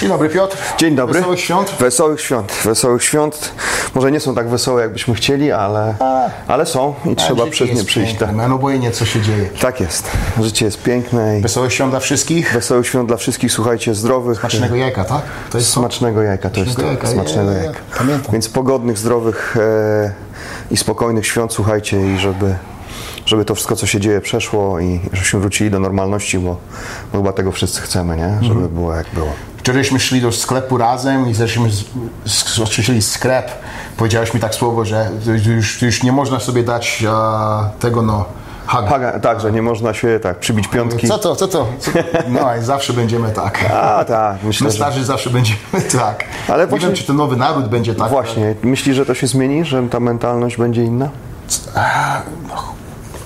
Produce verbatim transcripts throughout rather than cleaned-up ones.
Dzień dobry, Piotr. Dzień dobry. Wesołych świąt. Wesołych świąt. Wesołych świąt. Może nie są tak wesołe, jakbyśmy chcieli, ale, ale są i A, trzeba przez nie przyjść. Tak. No obojętnie, co się dzieje. Tak jest. Życie jest piękne. I Wesołych świąt dla wszystkich. Wesołych świąt dla wszystkich, słuchajcie, zdrowych. Smacznego jajka, tak? To jest Smacznego jajka, to jest to. Jajka. Smacznego Ja, ja, ja. jajka. Pamiętam. Więc pogodnych, zdrowych e, i spokojnych świąt, słuchajcie, i żeby... żeby to wszystko, co się dzieje, przeszło i żebyśmy wrócili do normalności, bo, bo chyba tego wszyscy chcemy, nie? Żeby mm. było jak było. Wczorajśmy szli do sklepu razem i zaczęliśmy oczyścili sklep. Powiedziałeś mi tak słowo, że już, już nie można sobie dać a, tego, no, haga. haga. Tak, że nie można się tak przybić piątki. Co to, co to? Co to? No i zawsze będziemy tak. A, tak. Myślę, My starzy że... zawsze będziemy tak. Ale nie właśnie... wiem, czy ten nowy naród będzie tak. Właśnie. Myślisz, że to się zmieni? Że ta mentalność będzie inna? A, no.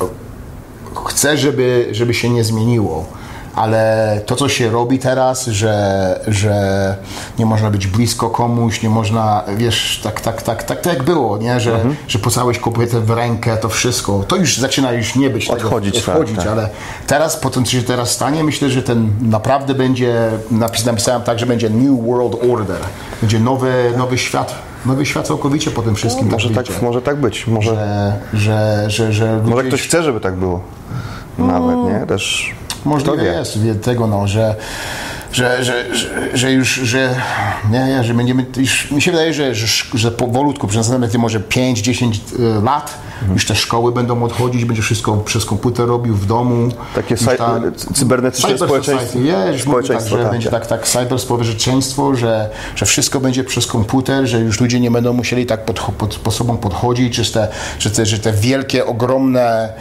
Chcę, żeby, żeby się nie zmieniło, ale to, co się robi teraz, że, że nie można być blisko komuś, nie można, wiesz, tak, tak, tak, tak, tak jak było, nie? Że, mhm. że pocałeś kobietę w rękę, to wszystko, to już zaczyna już nie być odchodzić, tego, odchodzić tak, tak. Ale teraz, po tym, co się teraz stanie, myślę, że ten naprawdę będzie, napis, napisałem tak, że będzie New World Order, będzie nowy, nowy świat. Nowy świat całkowicie po tym wszystkim. No, może, tak, może tak być. Może, że, że, że, że może ktoś chce, żeby tak było. Nawet, nie? Też możliwe jest wie tego, no, że, że, że, że, że już, że nie, nie, że będziemy, już, mi się wydaje, że, że, że powolutku, przez następne może pięć dziesięć lat mhm. już te szkoły będą odchodzić, będzie wszystko przez komputer robił w domu. Takie saj- ta, cybernetyczne społeczeństwo. Jest, społeczeństwo tak, że będzie tak, tak cyberspołeczeństwo, że, że wszystko będzie przez komputer, że już ludzie nie będą musieli tak pod, pod, pod sobą podchodzić, że te, że te, że te wielkie, ogromne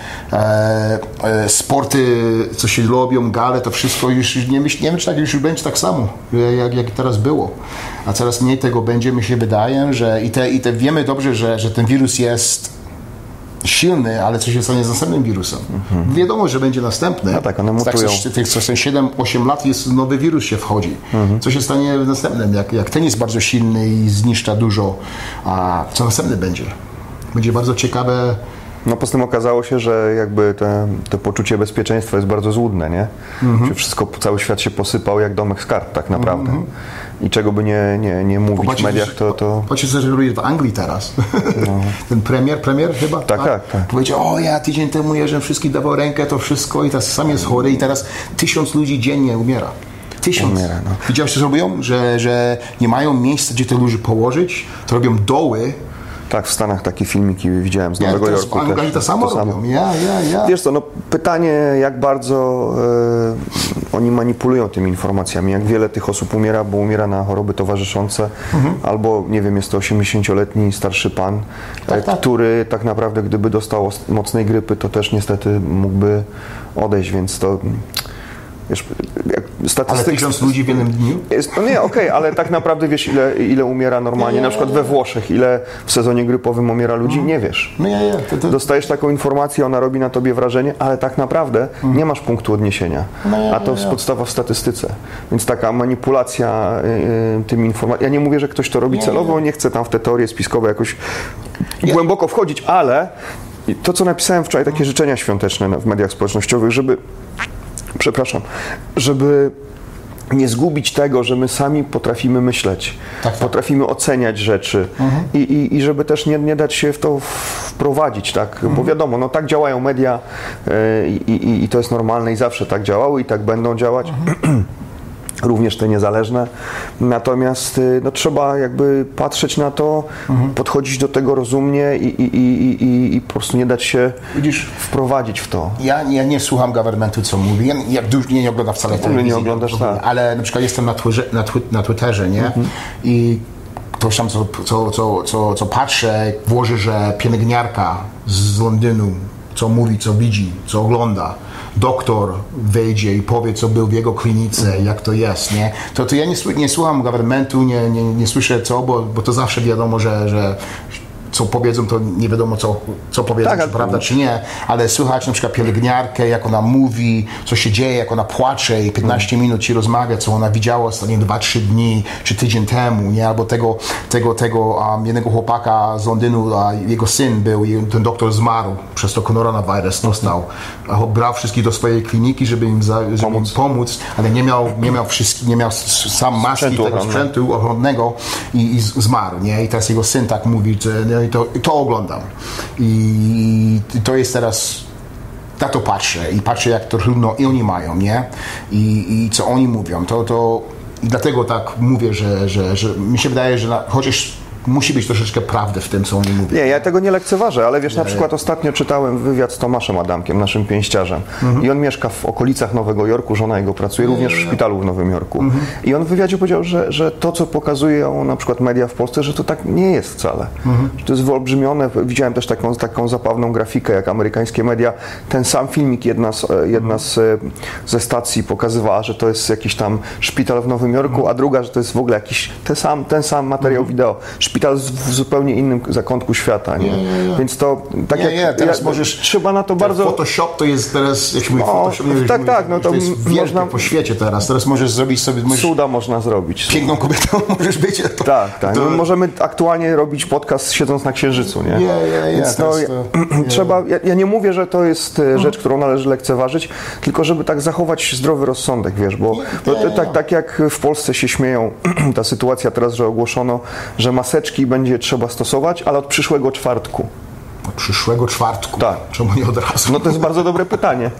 e, e, sporty, co się robią, gale, to wszystko już nie, myśl, nie wiem, czy tak już będzie tak samo, jak, jak teraz było. A coraz mniej tego będzie, mi się wydaje, że i te, i te wiemy dobrze, że, że ten wirus jest silny, ale co się stanie z następnym wirusem? Mhm. Wiadomo, że będzie następny. No tak, one mutują. Tak, tych co siedem osiem lat jest nowy wirus się wchodzi. Mhm. Co się stanie w następnym? Jak, jak ten jest bardzo silny i zniszcza dużo, a co następny będzie? Będzie bardzo ciekawe. No poza tym okazało się, że jakby te, to poczucie bezpieczeństwa jest bardzo złudne, nie? Mhm. Wszystko, cały świat się posypał jak domek z kart tak naprawdę. Mhm. I czego by nie, nie, nie mówić Popatrzcie, w mediach, to... to... Patrzcie, co się robi w Anglii teraz. No. Ten premier, premier chyba? Tak, tak, tak, tak. Powiedział, o ja tydzień temu jeżdżę, wszystkich dawał rękę, to wszystko i teraz sam jest chory i teraz tysiąc ludzi dziennie umiera. Tysiąc. Umiera, no. Widziałeś, co robią? Że, że nie mają miejsca, gdzie te ludzi położyć, to robią doły. Tak, w Stanach takie filmiki widziałem z Nowego ja, Jorku. W Anglii to samo to robią. Samo. Ja, ja, ja. Wiesz co, no pytanie, jak bardzo e, oni manipulują tymi informacjami, jak wiele tych osób umiera, bo umiera na choroby towarzyszące, mhm. albo, nie wiem, jest to osiemdziesięcioletni starszy pan, tak, tak. który tak naprawdę, gdyby dostał mocnej grypy, to też niestety mógłby odejść, więc to... Wiesz, jak statystyk... Ale tysiąc ludzi w jednym dniu? Jest, no nie, okej, okay, ale tak naprawdę wiesz, ile, ile umiera normalnie, nie, na przykład we Włoszech, ile w sezonie grypowym umiera ludzi, nie wiesz. Nie, nie, to, to... Dostajesz taką informację, ona robi na tobie wrażenie, ale tak naprawdę hmm. nie masz punktu odniesienia, nie, a to jest podstawa w statystyce. Więc taka manipulacja y, tymi informacjami, ja nie mówię, że ktoś to robi nie, celowo, nie chcę tam w te teorie spiskowe jakoś ja. głęboko wchodzić, ale to, co napisałem wczoraj, takie życzenia świąteczne w mediach społecznościowych, żeby Przepraszam, żeby nie zgubić tego, że my sami potrafimy myśleć, tak, tak. potrafimy oceniać rzeczy mhm. i, i, i żeby też nie, nie dać się w to wprowadzić, tak? Mhm. Bo wiadomo, no tak działają media yy, i, i to jest normalne i zawsze tak działały i tak będą działać. Mhm. Również te niezależne, natomiast no, trzeba jakby patrzeć na to, mhm. podchodzić do tego rozumnie i, i, i, i, i po prostu nie dać się Widzisz, wprowadzić w to. Ja, ja nie słucham governmentu, co mówi, ja, ja nie, nie oglądam wcale telewizji, nie oglądasz, tak. ale na przykład jestem na, twitter, na, twi- na Twitterze, nie? Mhm. I ktoś tam, co, co, co, co, co patrzę, włoży, że pielęgniarka z Londynu, co mówi, co widzi, co ogląda, doktor wejdzie i powie, co był w jego klinice, jak to jest, nie? To, to ja nie, nie słucham governmentu, nie, nie, nie słyszę co, bo, bo to zawsze wiadomo, że, że co powiedzą, to nie wiadomo, co, co powiedzą, tak, czy prawda, czy nie, ale słychać na przykład pielęgniarkę, jak ona mówi, co się dzieje, jak ona płacze i piętnaście hmm. minut ci rozmawia, co ona widziała ostatnie dwa trzy dni, czy tydzień temu, nie, albo tego, tego, tego um, jednego chłopaka z Londynu, a jego syn był i ten doktor zmarł, przez to koronawirus dostał, hmm. brał wszystkich do swojej kliniki, żeby im, za, żeby pomóc. im pomóc, ale nie miał, nie miał wszystkich, nie miał sam maski, sprzętu tego ochronne. sprzętu ochronnego i, i zmarł, nie, i teraz jego syn tak mówi, że, no, i to, i to oglądam i to jest teraz, na to patrzę i patrzę, jak to trudno i oni mają, nie, i, i co oni mówią, to, to i dlatego tak mówię, że, że, że mi się wydaje, że na, chociaż musi być troszeczkę prawdy w tym, co oni mówią. Nie, ja tego nie lekceważę, ale wiesz, na przykład ostatnio czytałem wywiad z Tomaszem Adamkiem, naszym pięściarzem, mhm. i on mieszka w okolicach Nowego Jorku, żona jego pracuje nie, również w szpitalu w Nowym Jorku. Mhm. I on w wywiadzie powiedział, że, że to, co pokazują na przykład media w Polsce, że to tak nie jest wcale. Mhm. Że to jest wyolbrzymione. Widziałem też taką, taką zabawną grafikę, jak amerykańskie media. Ten sam filmik jedna, z, jedna z, ze stacji pokazywała, że to jest jakiś tam szpital w Nowym Jorku, mhm. a druga, że to jest w ogóle jakiś ten sam, ten sam materiał mhm. wideo. Szpital w zupełnie innym zakątku świata, nie? nie, nie, nie. Więc to tak nie, jak nie, teraz ja, możesz, trzeba na to bardzo... Photoshop to jest teraz, jak mówię, no, Photoshop, nie, tak, mówię, tak, no to, to jest można... po świecie teraz. Teraz możesz zrobić sobie... Możesz, cuda można zrobić. Piękną kobietą możesz być. To, tak, tak. To... No, możemy aktualnie robić podcast siedząc na Księżycu, nie? Nie, nie, nie. Więc no, to, trzeba... Ja, ja nie mówię, że to jest rzecz, którą należy lekceważyć, tylko żeby tak zachować zdrowy rozsądek, wiesz, bo no, to, tak, tak jak w Polsce się śmieją, ta sytuacja teraz, że ogłoszono, że maseczki będzie trzeba stosować, ale od przyszłego czwartku. Od przyszłego czwartku? Tak. Czemu nie od razu? No to jest bardzo dobre pytanie.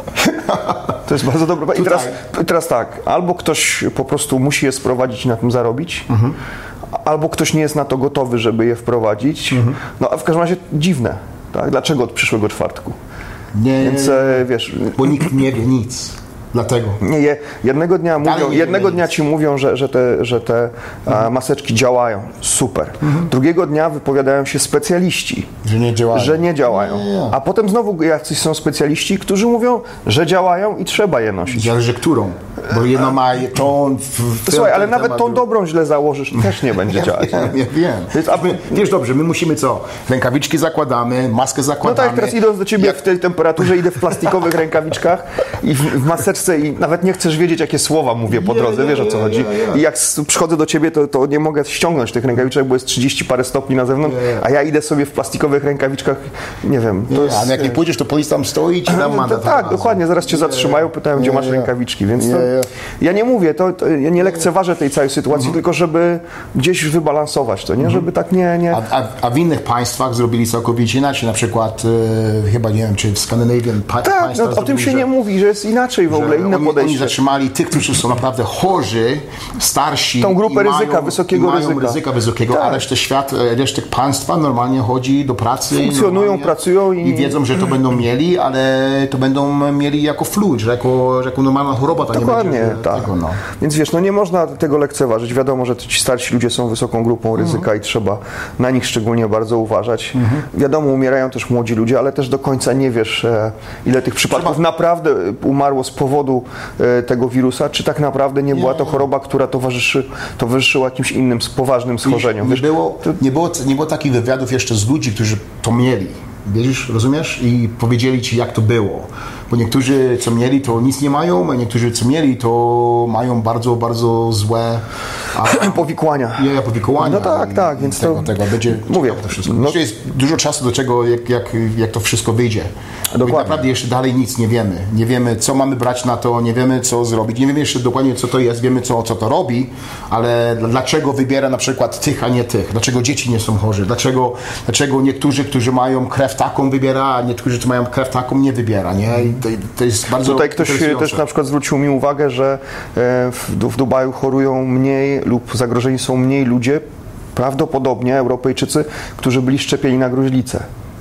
To jest bardzo dobre pytanie. I teraz, teraz tak, albo ktoś po prostu musi je sprowadzić i na tym zarobić, mhm. albo ktoś nie jest na to gotowy, żeby je wprowadzić. Mhm. No a w każdym razie dziwne. Tak? Dlaczego od przyszłego czwartku? Nie, Więc wiesz... Bo nikt nie wie nic. Dlatego. Nie, je, jednego dnia, mówią, jednego dnia ci mówią, że, że te, że te mhm. maseczki działają. Super. Mhm. Drugiego dnia wypowiadają się specjaliści, że nie działają. Że nie działają. Nie, nie. A potem znowu jacyś są specjaliści, którzy mówią, że działają i trzeba je nosić. Zależy którą. Bo jedno ma tą... Słuchaj, ale nawet tą dobrą źle założysz, też nie będzie ja działać. Wiem, ja wiem. Więc, a my, wiesz dobrze, my musimy co? Rękawiczki zakładamy, maskę zakładamy. No tak, teraz idąc do ciebie jak... w tej temperaturze, idę w plastikowych rękawiczkach i w, w maseczce i nawet nie chcesz wiedzieć, jakie słowa mówię po drodze, yeah, wiesz o co chodzi. Yeah, yeah. I jak przychodzę do ciebie, to, to nie mogę ściągnąć tych rękawiczek, bo jest trzydzieści parę stopni na zewnątrz, yeah. a ja idę sobie w plastikowych rękawiczkach, nie wiem. To yeah, jest, a jak nie pójdziesz, to policja tam stoi i ci dam mandat. Tak, dokładnie, zaraz cię zatrzymają, pytają, gdzie masz rękawiczki, więc to, ja nie mówię, to, to ja nie lekceważę tej całej sytuacji, mm-hmm. tylko żeby gdzieś wybalansować to, nie? Żeby tak nie... nie... A, a, a w innych państwach zrobili całkowicie inaczej, na przykład e, chyba, nie wiem, czy w Scandinavian pa- tak, państwach no, o tym się że, nie mówi, że jest inaczej w ogóle, inne oni, podejście. Oni zatrzymali tych, którzy są naprawdę chorzy, starsi. Tą grupę ryzyka, mają, wysokiego mają ryzyka. ryzyka wysokiego, tak. a resztę świat, resztę państwa normalnie chodzi do pracy. Funkcjonują, pracują i... i wiedzą, że to będą mieli, ale to będą mieli jako flu, że jako, że jako normalna choroba. To dokładnie, nie będzie, tak. Tego, no. Więc wiesz, no nie można tego lekceważyć. Wiadomo, że ci starsi ludzie są wysoką grupą ryzyka mhm. i trzeba na nich szczególnie bardzo uważać. Mhm. Wiadomo, umierają też młodzi ludzie, ale też do końca nie wiesz, ile tych przypadków trzeba... naprawdę umarło z powodu tego wirusa, czy tak naprawdę nie, nie była to choroba, która towarzyszy, towarzyszyła jakimś innym poważnym schorzeniom. Nie, było, nie, było, nie było takich wywiadów jeszcze z ludzi, którzy to mieli. Wiesz, rozumiesz? I powiedzieli ci, jak to było. Bo niektórzy, co mieli, to nic nie mają, a niektórzy, co mieli, to mają bardzo, bardzo złe a, powikłania. Nie, powikłania. No tak, tak, więc tego, to... Tego będzie mówię. To wszystko. No, jeszcze jest dużo czasu do czego, jak, jak, jak to wszystko wyjdzie. Dokładnie. Naprawdę jeszcze dalej nic nie wiemy. Nie wiemy, co mamy brać na to, nie wiemy, co zrobić. Nie wiemy jeszcze dokładnie, co to jest, wiemy, co, co to robi, ale dlaczego wybiera na przykład tych, a nie tych? Dlaczego dzieci nie są chorzy? Dlaczego, dlaczego niektórzy, którzy mają krew taką, wybiera, a niektórzy, którzy mają krew taką, nie wybiera, nie? I to, to jest bardzo Tutaj ktoś też na przykład zwrócił mi uwagę, że w, w Dubaju chorują mniej lub zagrożeni są mniej ludzie, prawdopodobnie Europejczycy, którzy byli szczepieni na gruźlicę.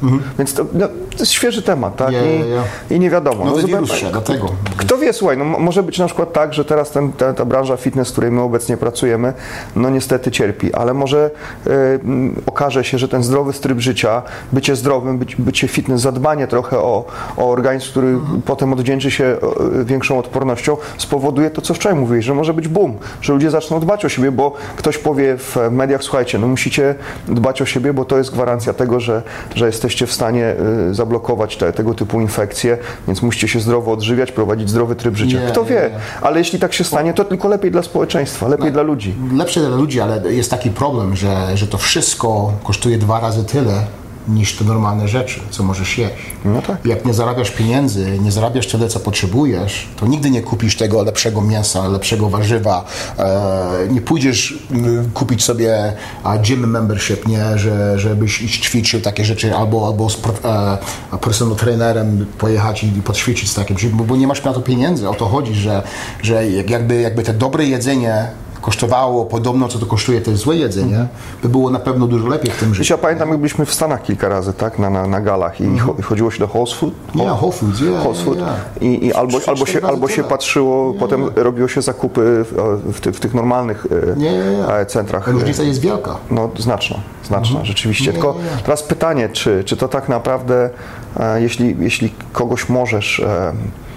Mhm. Więc to, no, to jest świeży temat, tak? Yeah, I, yeah, yeah. I nie wiadomo. No, no, wirus się do tego. Kto wie, słuchaj, no, może być na przykład tak, że teraz ten, ta, ta branża fitness, w której my obecnie pracujemy, no niestety cierpi, ale może y, okaże się, że ten zdrowy tryb życia, bycie zdrowym, być, bycie fitness, zadbanie trochę o, o organizm, który mhm. potem odwdzięczy się większą odpornością, spowoduje to, co wczoraj mówiłeś, że może być boom, że ludzie zaczną dbać o siebie, bo ktoś powie w mediach, słuchajcie, no musicie dbać o siebie, bo to jest gwarancja tego, że, że jesteście w stanie y, zablokować te, tego typu infekcje, więc musicie się zdrowo odżywiać, prowadzić zdrowy tryb życia. Nie, Kto nie, wie, nie. ale jeśli tak się stanie, to tylko lepiej dla społeczeństwa, lepiej no, dla ludzi. Lepsze dla ludzi, ale jest taki problem, że, że to wszystko kosztuje dwa razy tyle, niż te normalne rzeczy, co możesz jeść. No tak. Jak nie zarabiasz pieniędzy, nie zarabiasz tyle, co potrzebujesz, to nigdy nie kupisz tego lepszego mięsa, lepszego warzywa. E, nie pójdziesz m, kupić sobie a, gym membership, nie? Że, żebyś iść ćwiczył takie rzeczy, albo, albo z e, personal trainerem pojechać i, i podćwiczyć z takim, bo, bo nie masz na to pieniędzy. O to chodzi, że, że jakby, jakby te dobre jedzenie kosztowało podobno, co to kosztuje to złe jedzenie, mm. by było na pewno dużo lepiej w tym życiu. Ja pamiętam, jak byliśmy w Stanach kilka razy, tak, na, na, na galach i mm. chodziło się do Whole Foods. Nie, yeah, Whole Foods, yeah, Whole Food. Yeah. I, i albo, albo, się, albo się patrzyło, yeah, potem yeah. robiło się zakupy w, w, ty, w tych normalnych yeah, yeah. centrach. Różnica jest wielka. No, znaczna, znaczna, mm. rzeczywiście. Yeah, Tylko yeah. teraz pytanie, czy, czy to tak naprawdę, e, jeśli, jeśli kogoś możesz e,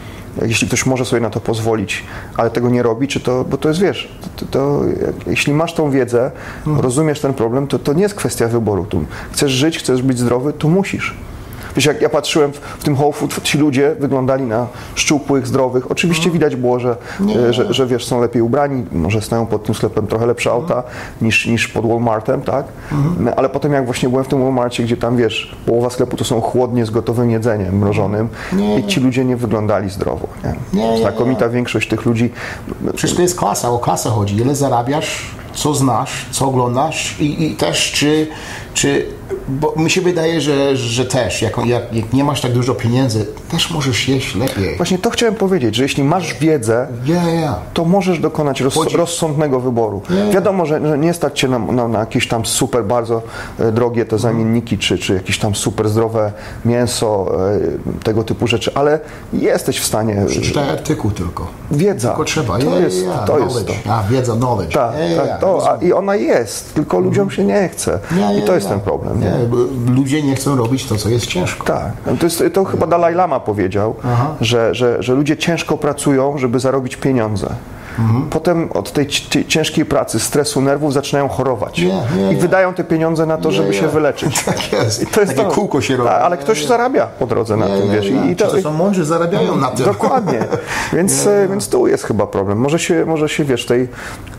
jeśli ktoś może sobie na to pozwolić, ale tego nie robi, czy to, bo to jest, wiesz, to, to, to, jeśli masz tą wiedzę, mhm. rozumiesz ten problem, to, to nie jest kwestia wyboru. Tu chcesz żyć, chcesz być zdrowy, to musisz. Wiesz, jak ja patrzyłem w, w tym Whole Food, ci ludzie wyglądali na szczupłych, zdrowych. Oczywiście mhm. widać było, że, że, że, wiesz, są lepiej ubrani, może stoją pod tym sklepem trochę lepsze auta mhm. niż, niż pod Walmartem, tak? Mhm. Ale potem jak właśnie byłem w tym Walmarcie, gdzie tam, wiesz, połowa sklepu to są chłodnie z gotowym jedzeniem mrożonym nie. i ci ludzie nie wyglądali zdrowo. Nie? Nie, Znakomita nie, nie. większość tych ludzi... Przecież to jest klasa, o klasę chodzi. Ile zarabiasz, co znasz, co oglądasz i, i też czy... czy bo mi się wydaje, że, że też, jak, jak, jak nie masz tak dużo pieniędzy, też możesz jeść lepiej. Właśnie to chciałem powiedzieć, że jeśli masz wiedzę, yeah, yeah. to możesz dokonać roz, rozsądnego wyboru. Yeah. Wiadomo, że, że nie stać się na, na, na jakieś tam super bardzo drogie te zamienniki, czy, czy jakieś tam super zdrowe mięso, tego typu rzeczy, ale jesteś w stanie... Przeczytaj artykuł tylko. Wiedza. Tylko trzeba. To yeah, jest yeah, to. Knowledge. Jest to. A, wiedza, knowledge. Tak, yeah, tak to, a, i ona jest, tylko ludziom mm. się nie chce. Yeah, yeah, I to jest yeah. ten problem. Nie? Ludzie nie chcą robić to, co jest ciężko. Tak. To, jest, to chyba Dalaj Lama powiedział, że, że, że ludzie ciężko pracują, żeby zarobić pieniądze. Mhm. Potem od tej ciężkiej pracy, stresu, nerwów zaczynają chorować. Yeah, yeah, I wydają te pieniądze na to, yeah, żeby yeah. się wyleczyć. Tak jest. I to jest Takie to. kółko się robi. Ta, ale ktoś yeah, zarabia po drodze yeah, na yeah, tym, wiesz. Yeah. I to, to są mądrzy, zarabiają na tym. Dokładnie. Więc, yeah. więc tu jest chyba problem. Może się, może się wiesz, tej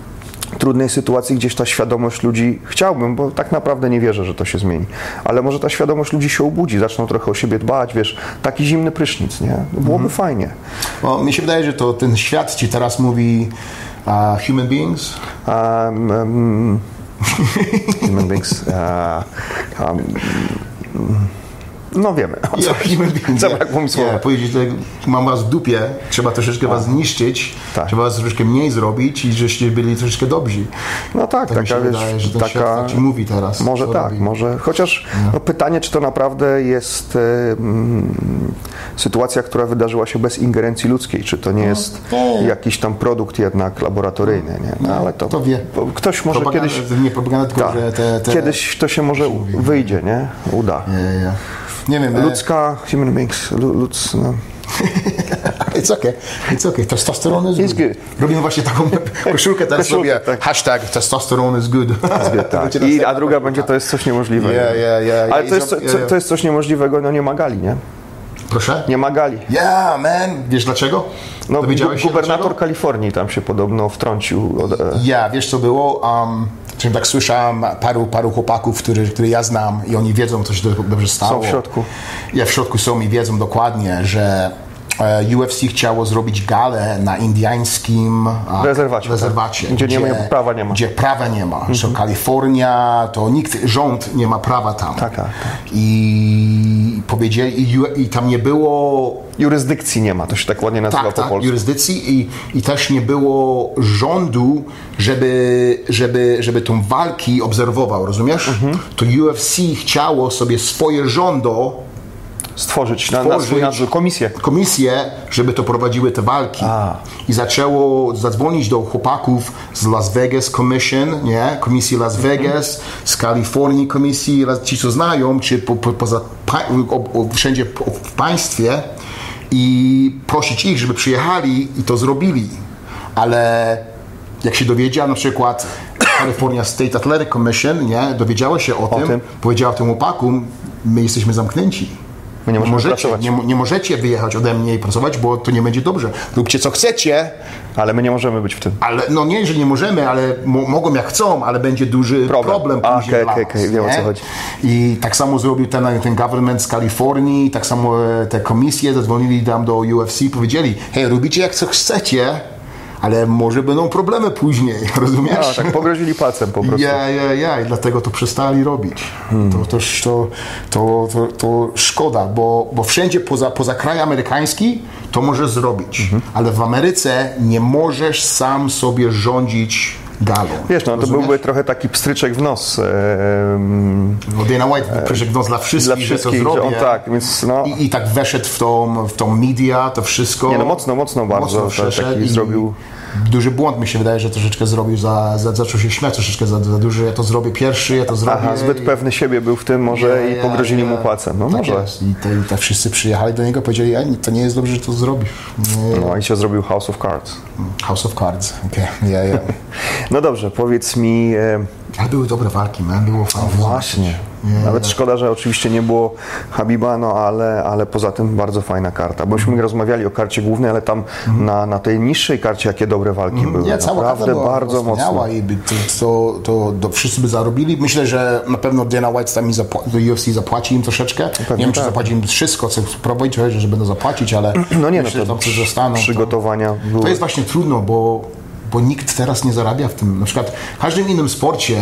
trudnej sytuacji gdzieś ta świadomość ludzi, chciałbym, bo tak naprawdę nie wierzę, że to się zmieni, ale może ta świadomość ludzi się obudzi, zaczną trochę o siebie dbać, wiesz, taki zimny prysznic, nie? Byłoby mm. fajnie. Bo mi się wydaje, że to ten świat ci teraz mówi uh, human beings? Um, um, human beings. Uh, um, No wiemy. Yeah, Zabrakło mi słowa. Yeah, powiedzieć, że mam was w dupie, trzeba troszeczkę A. was zniszczyć, tak. trzeba was troszeczkę mniej zrobić i żeście byli troszeczkę dobrzy. No tak, tak taka, mi się wiesz, wydaje, że ten taka, świat tak ci mówi teraz. Może tak, robi. może. Chociaż no. No, pytanie, czy to naprawdę jest e, mm, sytuacja, która wydarzyła się bez ingerencji ludzkiej, czy to nie no, jest nie. jakiś tam produkt jednak laboratoryjny, nie? No, ale to, to wie. Ktoś może propaganda, kiedyś... Nie propaganda, tylko tak, że te, te, kiedyś to się może wyjdzie, nie? Uda. Yeah, yeah. Nie wiem, ludzka, human beings, ludz, no. It's okay, it's okay. Testosterone is good. good. Robimy właśnie taką koszulkę teraz sobie, tak. hashtag testosterone is good. good tak. I, a druga będzie, to jest coś niemożliwego. Yeah, yeah, yeah. Ale to jest, co, to jest coś niemożliwego, no nie ma gali, nie? Proszę? Nie ma gali. Yeah, man. Wiesz dlaczego? No, gu- gubernator Kalifornii tam się podobno wtrącił. Od... Ja, yeah, wiesz co było? Um, Czyli tak słyszałem paru, paru chłopaków, których który ja znam i oni wiedzą, co się dobrze stało. Są w środku. Ja w środku są i wiedzą dokładnie, że U F C chciało zrobić galę na indyjskim rezerwacie, rezerwacie tak. gdzie, gdzie nie ma, prawa nie ma. Gdzie prawa nie ma. Mhm. So Kalifornia, to nikt, rząd nie ma prawa tam. Tak, tak, tak. I powiedzieli, i, i tam nie było... Jurysdykcji nie ma, to się tak ładnie nazywa tak, po tak, polsku. jurysdykcji i, i też nie było rządu, żeby, żeby, żeby tą walki obserwował, rozumiesz? Mhm. To U F C chciało sobie swoje rządo stworzyć, na, na swój nadzór, komisję. Komisję, żeby to prowadziły te walki. A. I zaczęło zadzwonić do chłopaków z Las Vegas Commission, nie? Komisji Las Vegas, mm-hmm. z Kalifornii Komisji, ci co znają, czy po, po, poza, pa, o, o, wszędzie w państwie i prosić ich, żeby przyjechali i to zrobili. Ale jak się dowiedziała na przykład California State Athletic Commission, nie? Dowiedziała się o, o tym, tym, powiedziała tym chłopakom, my jesteśmy zamknięci. My nie, nie, możecie, nie, nie możecie wyjechać ode mnie i pracować, bo to nie będzie dobrze. Róbcie co chcecie. Ale my nie możemy być w tym. Ale, no nie, że nie możemy, ale mo- mogą jak chcą, ale będzie duży problem, problem później okay, dla okay, nas, okay. Wiem, o co chodzi. I tak samo zrobił ten, ten government z Kalifornii, tak samo te komisje zadzwonili tam do U F C, powiedzieli, hej, robicie jak co chcecie, ale może będą problemy później, rozumiesz? A, tak pogrozili palcem po prostu. Ja, ja, ja, i dlatego to przestali robić. Hmm. To, to, to, to, to, to szkoda, bo, bo wszędzie poza, poza kraj amerykański to możesz zrobić, hmm. ale w Ameryce nie możesz sam sobie rządzić galą. Wiesz, no to byłby trochę taki pstryczek w nos. No Dana White pstryczek w nos dla wszystkich, dla wszystkich że to zrobię. Że on tak, więc no. I, I tak weszedł w tą, w tą media, to wszystko. Nie no, mocno, mocno bardzo mocno taki zrobił. Duży błąd mi się wydaje, że troszeczkę zrobił, za, za, zaczął się śmiać troszeczkę za, za duży, ja to zrobię pierwszy, ja to zrobię. Aha, zbyt i... pewny siebie był w tym może ja, i pogrozili ja, ja. mu palcem. No tak może. Jest. I te, te wszyscy przyjechali do niego, powiedzieli, ja, to nie jest dobrze, że to zrobisz. Nie. No i się zrobił House of Cards. House of Cards, okej, okay. ja, ja. No dobrze, powiedz mi... E... Ale były dobre walki, man. Było fajnie. No właśnie. Nie, Nawet nie. szkoda, że oczywiście nie było Habiba, no ale, ale poza tym bardzo fajna karta. Bośmy mm. rozmawiali o karcie głównej, ale tam mm. na, na tej niższej karcie jakie dobre walki mm. były. Nie, cała naprawdę była bardzo mocno. I to, to, to, to wszyscy by zarobili. Myślę, że na pewno Dana White tam zapła- do U F C zapłaci im troszeczkę. Pewnie nie wiem, tak. czy zapłaci im wszystko, co próbuję, że będą zapłacić, ale no nie, myślę, no to że tam co zostaną. Przygotowania to, były. to jest właśnie trudno, bo, bo nikt teraz nie zarabia w tym. Na przykład w każdym innym sporcie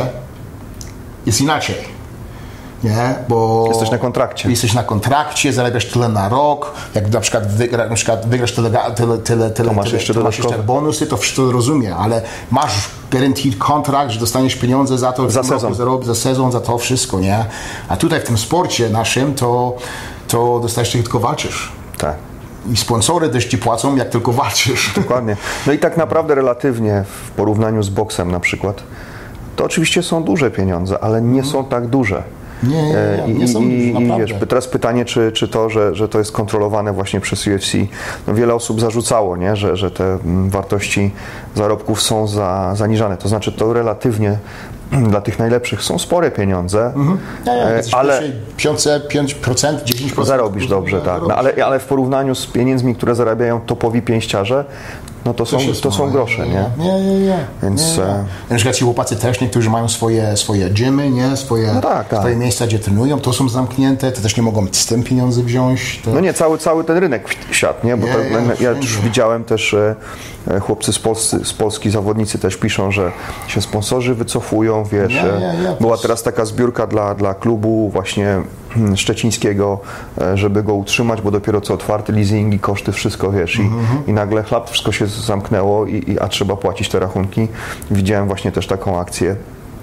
jest inaczej. Nie? Bo jesteś na kontrakcie. Jesteś na kontrakcie, zarabiasz tyle na rok, jak na przykład, wygra, na przykład wygrasz tyle, tyle, tyle, tyle, masz tyle, jeszcze, to masz jeszcze bonusy, to wszystko rozumiem, ale masz guaranteed kontrakt, że dostaniesz pieniądze za to, za sezon. Roku, za, za sezon, za to wszystko, nie? A tutaj w tym sporcie naszym to, to dostajesz tylko walczysz. Tak. I sponsory też ci płacą, jak tylko walczysz. Dokładnie. No i tak naprawdę relatywnie w porównaniu z boksem na przykład, to oczywiście są duże pieniądze, ale nie są tak duże. Nie, nie, nie, nie są I, już, i wiesz, teraz pytanie, czy, czy to, że, że to jest kontrolowane właśnie przez U F C, no wiele osób zarzucało, nie? Że, że te wartości zarobków są za, zaniżane. To znaczy to relatywnie dla tych najlepszych są spore pieniądze, mhm. ja, ja, ale pięć procent, dziesięć procent zarobisz dobrze, tak. No, ale, ale w porównaniu z pieniędzmi, które zarabiają topowi pięściarze, no to są, to są grosze, nie? Nie, nie, nie. Więc... Nie, nie. Na przykład ci chłopacy też, niektórzy mają swoje, swoje gymy, nie? Swoje, no tak, tak. swoje miejsca, gdzie trenują, to są zamknięte, to też nie mogą z tym pieniądze wziąć. To... No nie, cały, cały ten rynek siadł, nie? Bo nie, to, ja, ja już widziałem też, e, chłopcy z, Polscy, z Polski, zawodnicy też piszą, że się sponsorzy wycofują, wiesz. Nie, nie, nie, była teraz taka zbiórka dla, dla klubu właśnie szczecińskiego, żeby go utrzymać, bo dopiero co otwarty leasingi, koszty, wszystko, wiesz, mm-hmm. i, i nagle chlap, wszystko się zamknęło, i, i, a trzeba płacić te rachunki. Widziałem właśnie też taką akcję,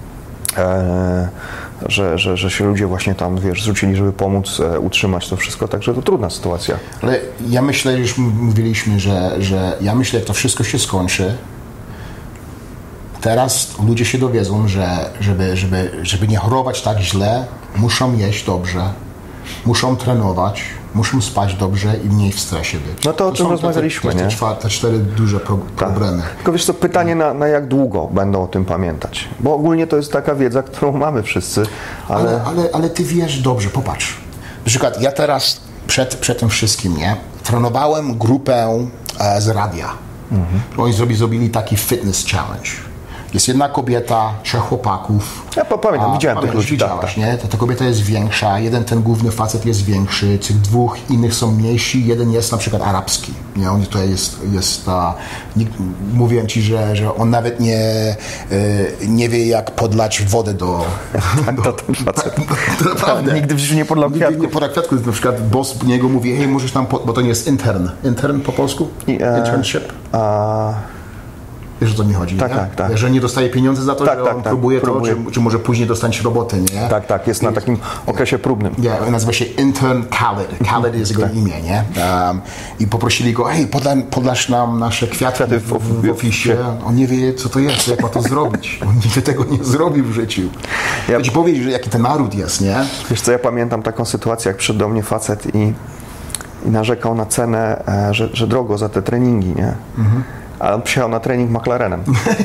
e, że, że, że się ludzie właśnie tam, wiesz, zwrócili, żeby pomóc e, utrzymać to wszystko, także to trudna sytuacja. Ale ja myślę, już mówiliśmy, że, że ja myślę, jak to wszystko się skończy, teraz ludzie się dowiedzą, że żeby, żeby, żeby nie chorować tak źle, muszą jeść dobrze, muszą trenować, muszą spać dobrze i mniej w stresie być. No to o czym rozmawialiśmy, te, te, nie? Te, te cztery duże pro, problemy. Tak. Tylko wiesz co, pytanie na, na jak długo będą o tym pamiętać? Bo ogólnie to jest taka wiedza, którą mamy wszyscy, ale... Ale, ale, ale ty wiesz dobrze, popatrz. Na przykład ja teraz przed, przed tym wszystkim, nie? Trenowałem grupę e, z radia. Mhm. Oni zrobili, zrobili taki fitness challenge. jest jedna kobieta, trzech chłopaków. Ja pamiętam, a, widziałem tych ludzi. Widziałaś, nie? Ta, ta kobieta jest większa, jeden ten główny facet jest większy, tych dwóch innych są mniejsi, jeden jest na przykład arabski. Nie? On tutaj jest, jest a, nie, mówiłem ci, że, że on nawet nie, y, nie wie jak podlać wodę do... Tak, to ten facet. To naprawdę. Nigdy w życiu nie podlał kwiatków. Nigdy nie podlał kwiatków. Na przykład boss niego mówi, hej, możesz tam, pod... bo to nie jest intern. Intern po polsku? I, e, Internship? A... Wiesz, o co mi chodzi, tak, nie? tak, tak. Jeżeli nie dostaje pieniędzy za to, tak, że tak, on tak, próbuje, próbuje to, czy, czy może później dostać robotę, nie? Tak, tak, jest na takim okresie próbnym. Ja, nazywa się intern Khaled. Khaled jest jego tak. imię, nie? Um, I poprosili go, hej, podla, podlasz nam nasze kwiaty, kwiaty w, w, w ofisie. On nie wie, co to jest, jak ma to zrobić. On nigdy tego nie zrobi w życiu. Ja ci powiedzieć, że jaki ten naród jest, nie? Wiesz co, ja pamiętam taką sytuację, jak przyszedł do mnie facet i, i narzekał na cenę, że, że drogo za te treningi, nie? Mhm. Ale on przyjechał na trening McLarenem.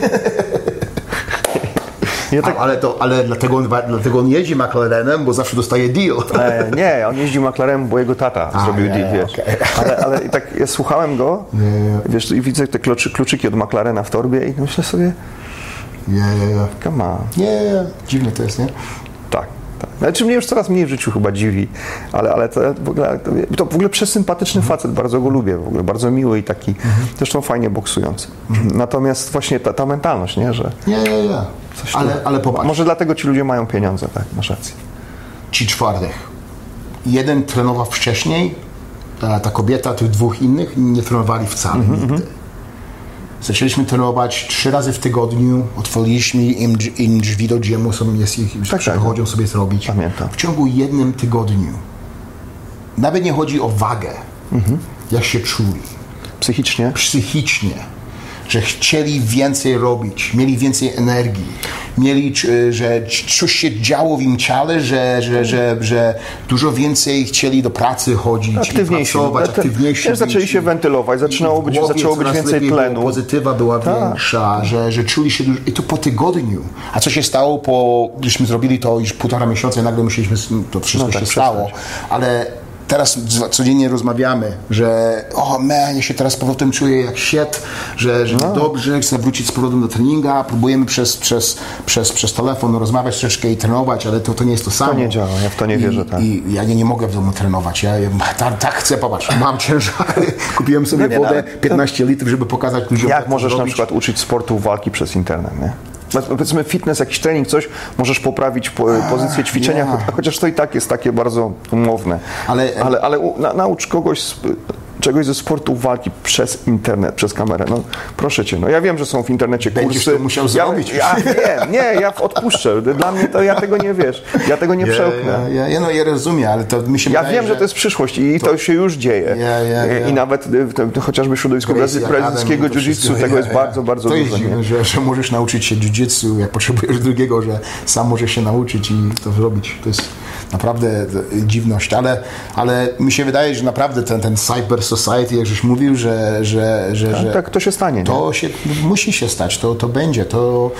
Ja tak... ale, to, ale dlatego, on, dlatego on jeździ McLarenem, bo zawsze dostaje deal. E, nie, on jeździł McLarenem, bo jego tata A, zrobił nie, deal, wiesz. Okay. Ale, ale i tak ja słuchałem go, nie, nie. wiesz, i widzę te kluczy, kluczyki od McLarena w torbie i myślę sobie, nie, nie, nie. Come on. Nie, nie, dziwne to jest, nie? Tak. Tak. Znaczy mnie już coraz mniej w życiu chyba dziwi, ale, ale to, w ogóle, to w ogóle przesympatyczny mhm. facet, bardzo go lubię, w ogóle bardzo miły i taki, mhm. zresztą fajnie boksujący. Mhm. Natomiast właśnie ta, ta mentalność, nie, że... Nie, nie, nie. Coś ale, tu, ale popatrz. Może dlatego ci ludzie mają pieniądze, tak, masz rację. Ci czwartych. Jeden trenował wcześniej, ta, ta kobieta, tych dwóch innych nie trenowali wcale mhm, nigdy. Zaczęliśmy trenować trzy razy w tygodniu, otworiliśmy im, im drzwi do dżimu, jest ich, tak, przychodzą tak. sobie zrobić. Pamiętam. W ciągu jednym tygodniu. Nawet nie chodzi o wagę, mhm. jak się czuli. Psychicznie? Psychicznie. Że chcieli więcej robić, mieli więcej energii, mieli, że coś się działo w im ciele, że, że, że, że dużo więcej chcieli do pracy chodzić, aktywniejsi, pracować, aktywniejsi. Też zaczęli się wentylować, zaczynało być, zaczęło być więcej tlenu. Pozytywa była tak. większa, że, że czuli się dużo, i to po tygodniu. A co się stało, po, gdyśmy zrobili to już półtora miesiąca i nagle myśleliśmy, to wszystko no tak, się stało, ale teraz codziennie rozmawiamy, że o man, ja się teraz z powrotem czuję jak shit, że, że no. dobrze, chcę wrócić z powrotem do treninga, próbujemy przez, przez, przez, przez telefon rozmawiać troszeczkę i trenować, ale to, to nie jest to samo. To nie działa, ja w to nie I, wierzę. Tak. I ja nie, nie mogę w domu trenować, ja, ja tak, tak chcę, popatrz, mam ciężary, kupiłem sobie no nie, wodę, no, piętnaście litrów, żeby pokazać ludziom, jak możesz zrobić. Na przykład uczyć sportu walki przez internet, nie? Powiedzmy fitness, jakiś trening, coś, możesz poprawić po, pozycję ćwiczenia, yeah. chociaż to i tak jest takie bardzo umowne. Ale, ale, ale na, naucz kogoś z, czegoś ze sportu walki przez internet, przez kamerę. No, proszę cię, no ja wiem, że są w internecie kursy. Będziesz to musiał zrobić. Ja, ja, nie, nie, ja odpuszczę. Dla mnie to ja tego nie wiesz. Ja tego nie yeah, przełknę. Ja, ja, ja, no, ja rozumiem, ale to mi się Ja wydaje, wiem, że to jest przyszłość i to, to się już dzieje. Yeah, yeah, yeah. I nawet to, chociażby w środowisku brazylijskiego jiu-jitsu tego jest bardzo, bardzo to dużo. To jest dziwne, że, że możesz nauczyć się jiu-jitsu, jak potrzebujesz drugiego, że sam możesz się nauczyć i to zrobić. To jest naprawdę dziwność, ale, ale mi się wydaje, że naprawdę ten, ten cyber society, jak żeś mówił, że, że, że, tak, że tak to się stanie. To nie? się musi się stać, to, to będzie. To,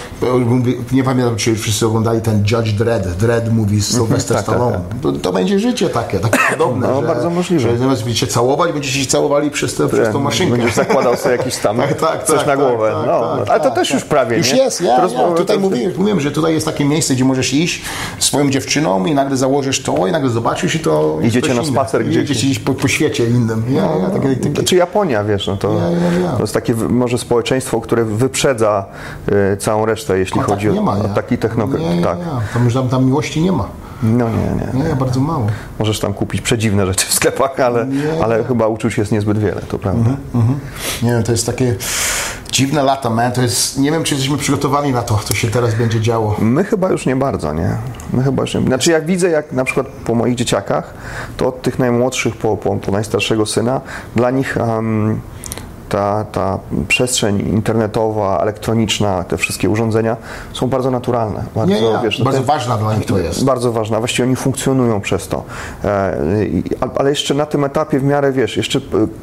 nie pamiętam, czy wszyscy oglądali ten Judge Dredd, Dredd mówi z Sylvester tak, Stallone. tak, tak. To, to będzie życie takie, takie podobne. No, że, bardzo możliwe. Że zamiast będziecie całować, będziecie się całowali przez, te, przez tą maszynkę. Będziesz zakładał sobie jakiś tam tak, tak, coś tak, na głowę. Tak, no, tak, no, tak, ale to tak, też tak. już prawie, już nie? jest, ja, ja. Tutaj to... mówię, mówiłem, że tutaj jest takie miejsce, gdzie możesz iść z swoją dziewczyną i nagle założysz to i nagle zobaczysz i to idziecie na spacer gdzieś. Idziecie gdzieś po, po świecie innym. Ja, no, ja, takie, takie... Czy Japonia, wiesz, no to, ja, ja, ja. to jest takie może społeczeństwo, które wyprzedza y, całą resztę, jeśli Kontakt chodzi o, ma, o ja. taki technokrat. Nie, tak. nie, nie. Tam już tam, tam miłości nie ma. No nie, nie. Nie, nie, bardzo mało. Możesz tam kupić przedziwne rzeczy w sklepach, ale, ale chyba uczuć jest niezbyt wiele, to prawda. Mm-hmm, mm-hmm. Nie wiem, to jest takie dziwne lata, man. To jest, nie wiem, czy jesteśmy przygotowani na to, co się teraz będzie działo. My chyba już nie bardzo, nie? My chyba już nie. Znaczy jak widzę, jak na przykład po moich dzieciakach, to od tych najmłodszych po, po, po najstarszego syna, dla nich um, ta, ta przestrzeń internetowa, elektroniczna, te wszystkie urządzenia są bardzo naturalne. Bardzo, nie, nie, wiesz, bardzo ten, ważna dla nich to jest. Bardzo ważna. Właściwie oni funkcjonują przez to. E, ale jeszcze na tym etapie w miarę, wiesz, jeszcze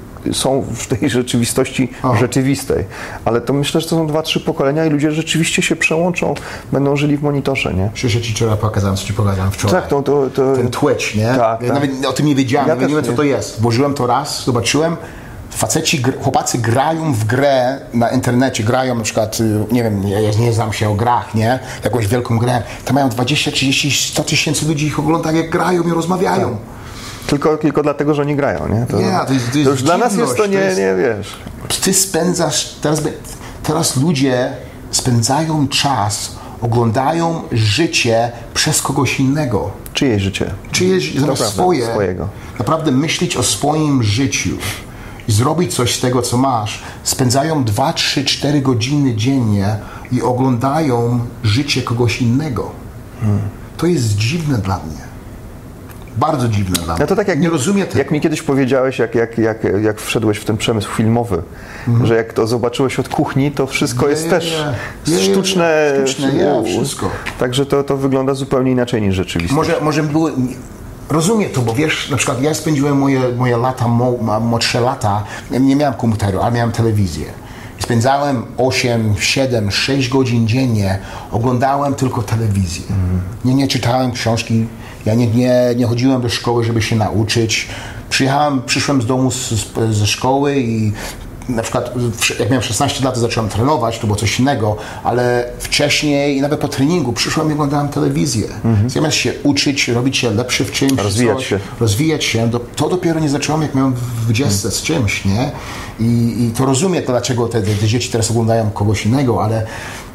są w tej rzeczywistości Aha. rzeczywistej. Ale to myślę, że to są dwa, trzy pokolenia i ludzie rzeczywiście się przełączą, będą żyli w monitorze, nie? Przecież ci wczoraj pokazałem, co ci pokazałem wczoraj. Tak, to, to, to... Ten Twitch, nie? Tak, ja tak. nawet o tym nie wiedziałem, ja nie wiem, co to jest. Włożyłem to raz, zobaczyłem, Faceci, chłopacy grają w grę na internecie, grają na przykład, nie wiem, ja nie znam się o grach, nie? Jakąś wielką grę. Tam mają dwadzieścia, trzydzieści, sto tysięcy ludzi ich ogląda, jak grają i rozmawiają. Tak. Tylko, tylko dlatego, że nie grają, nie? To, nie, to jest, to jest to już dla nas jest to nie, to jest, nie wiesz. Ty spędzasz, teraz, teraz ludzie spędzają czas, oglądają życie przez kogoś innego. Czyjeś życie? Czyjeś, zamiast prawda, swoje. Swojego. Naprawdę myśleć o swoim życiu i zrobić coś z tego, co masz. Spędzają dwa, trzy, cztery godziny dziennie i oglądają życie kogoś innego. Hmm. To jest dziwne dla mnie. Bardzo dziwne dla mnie. No to tak jak, nie rozumiem tego. Jak mi kiedyś powiedziałeś, jak, jak, jak, jak wszedłeś w ten przemysł filmowy, mm. że jak to zobaczyłeś od kuchni, to wszystko nie, jest nie, też nie, sztuczne. Nie, sztuczne, nie, wszystko. Także to, to wygląda zupełnie inaczej niż rzeczywistość. Może, może było... Rozumiem to, bo wiesz, na przykład ja spędziłem moje, moje lata, mo, młodsze lata, nie miałem komputeru, ale miałem telewizję. Spędzałem osiem, siedem, sześć godzin dziennie, oglądałem tylko telewizję. Mm. Nie, nie czytałem książki, ja nie, nie, nie chodziłem do szkoły, żeby się nauczyć. Przyjechałem, przyszłem z domu z, z, ze szkoły i na przykład jak miałem szesnaście lat, to zacząłem trenować, to było coś innego, ale wcześniej i nawet po treningu przyszłem i oglądałem telewizję. Mm-hmm. Zamiast się uczyć, robić się lepszy w czymś, rozwijać coś, się, rozwijać się to, to dopiero nie zacząłem, jak miałem dwadzieścia mm. z czymś, nie? I, i to rozumiem, dlaczego te, te dzieci teraz oglądają kogoś innego, ale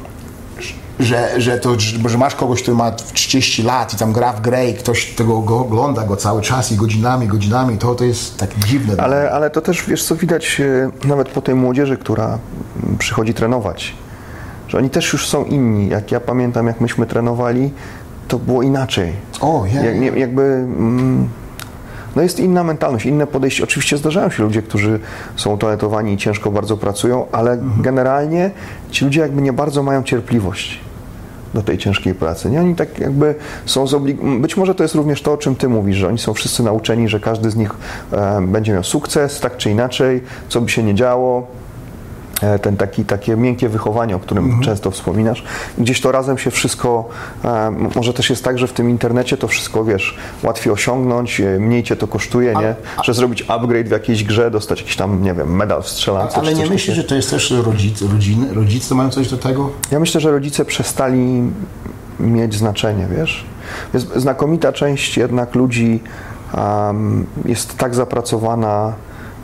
że, że, to, że masz kogoś, który ma trzydzieści lat i tam gra w grę i ktoś tego go ogląda go cały czas i godzinami, godzinami, to, to jest tak dziwne. Ale, ale to też, wiesz co, widać nawet po tej młodzieży, która przychodzi trenować, że oni też już są inni. Jak ja pamiętam, jak myśmy trenowali, to było inaczej. O, yeah. jak, nie, jakby... Mm, no jest inna mentalność, inne podejście. Oczywiście zdarzają się ludzie, którzy są utalentowani i ciężko bardzo pracują, ale mhm. generalnie ci ludzie jakby nie bardzo mają cierpliwość do tej ciężkiej pracy. Nie? Oni tak jakby są zobligowani. Być może to jest również to, o czym ty mówisz, że oni są wszyscy nauczeni, że każdy z nich e, będzie miał sukces, tak czy inaczej, co by się nie działo. Ten taki, takie miękkie wychowanie, o którym mhm. często wspominasz. Gdzieś to razem się wszystko, e, może też jest tak, że w tym internecie to wszystko, wiesz, łatwiej osiągnąć, mniej cię to kosztuje, nie? A, że zrobić upgrade w jakiejś grze, dostać jakiś tam, nie wiem, medal w strzelance. Ale nie myślisz, że to jest też rodzic, rodziny? Rodzice mają coś do tego? Ja myślę, że rodzice przestali mieć znaczenie, wiesz? Jest znakomita część jednak ludzi um, jest tak zapracowana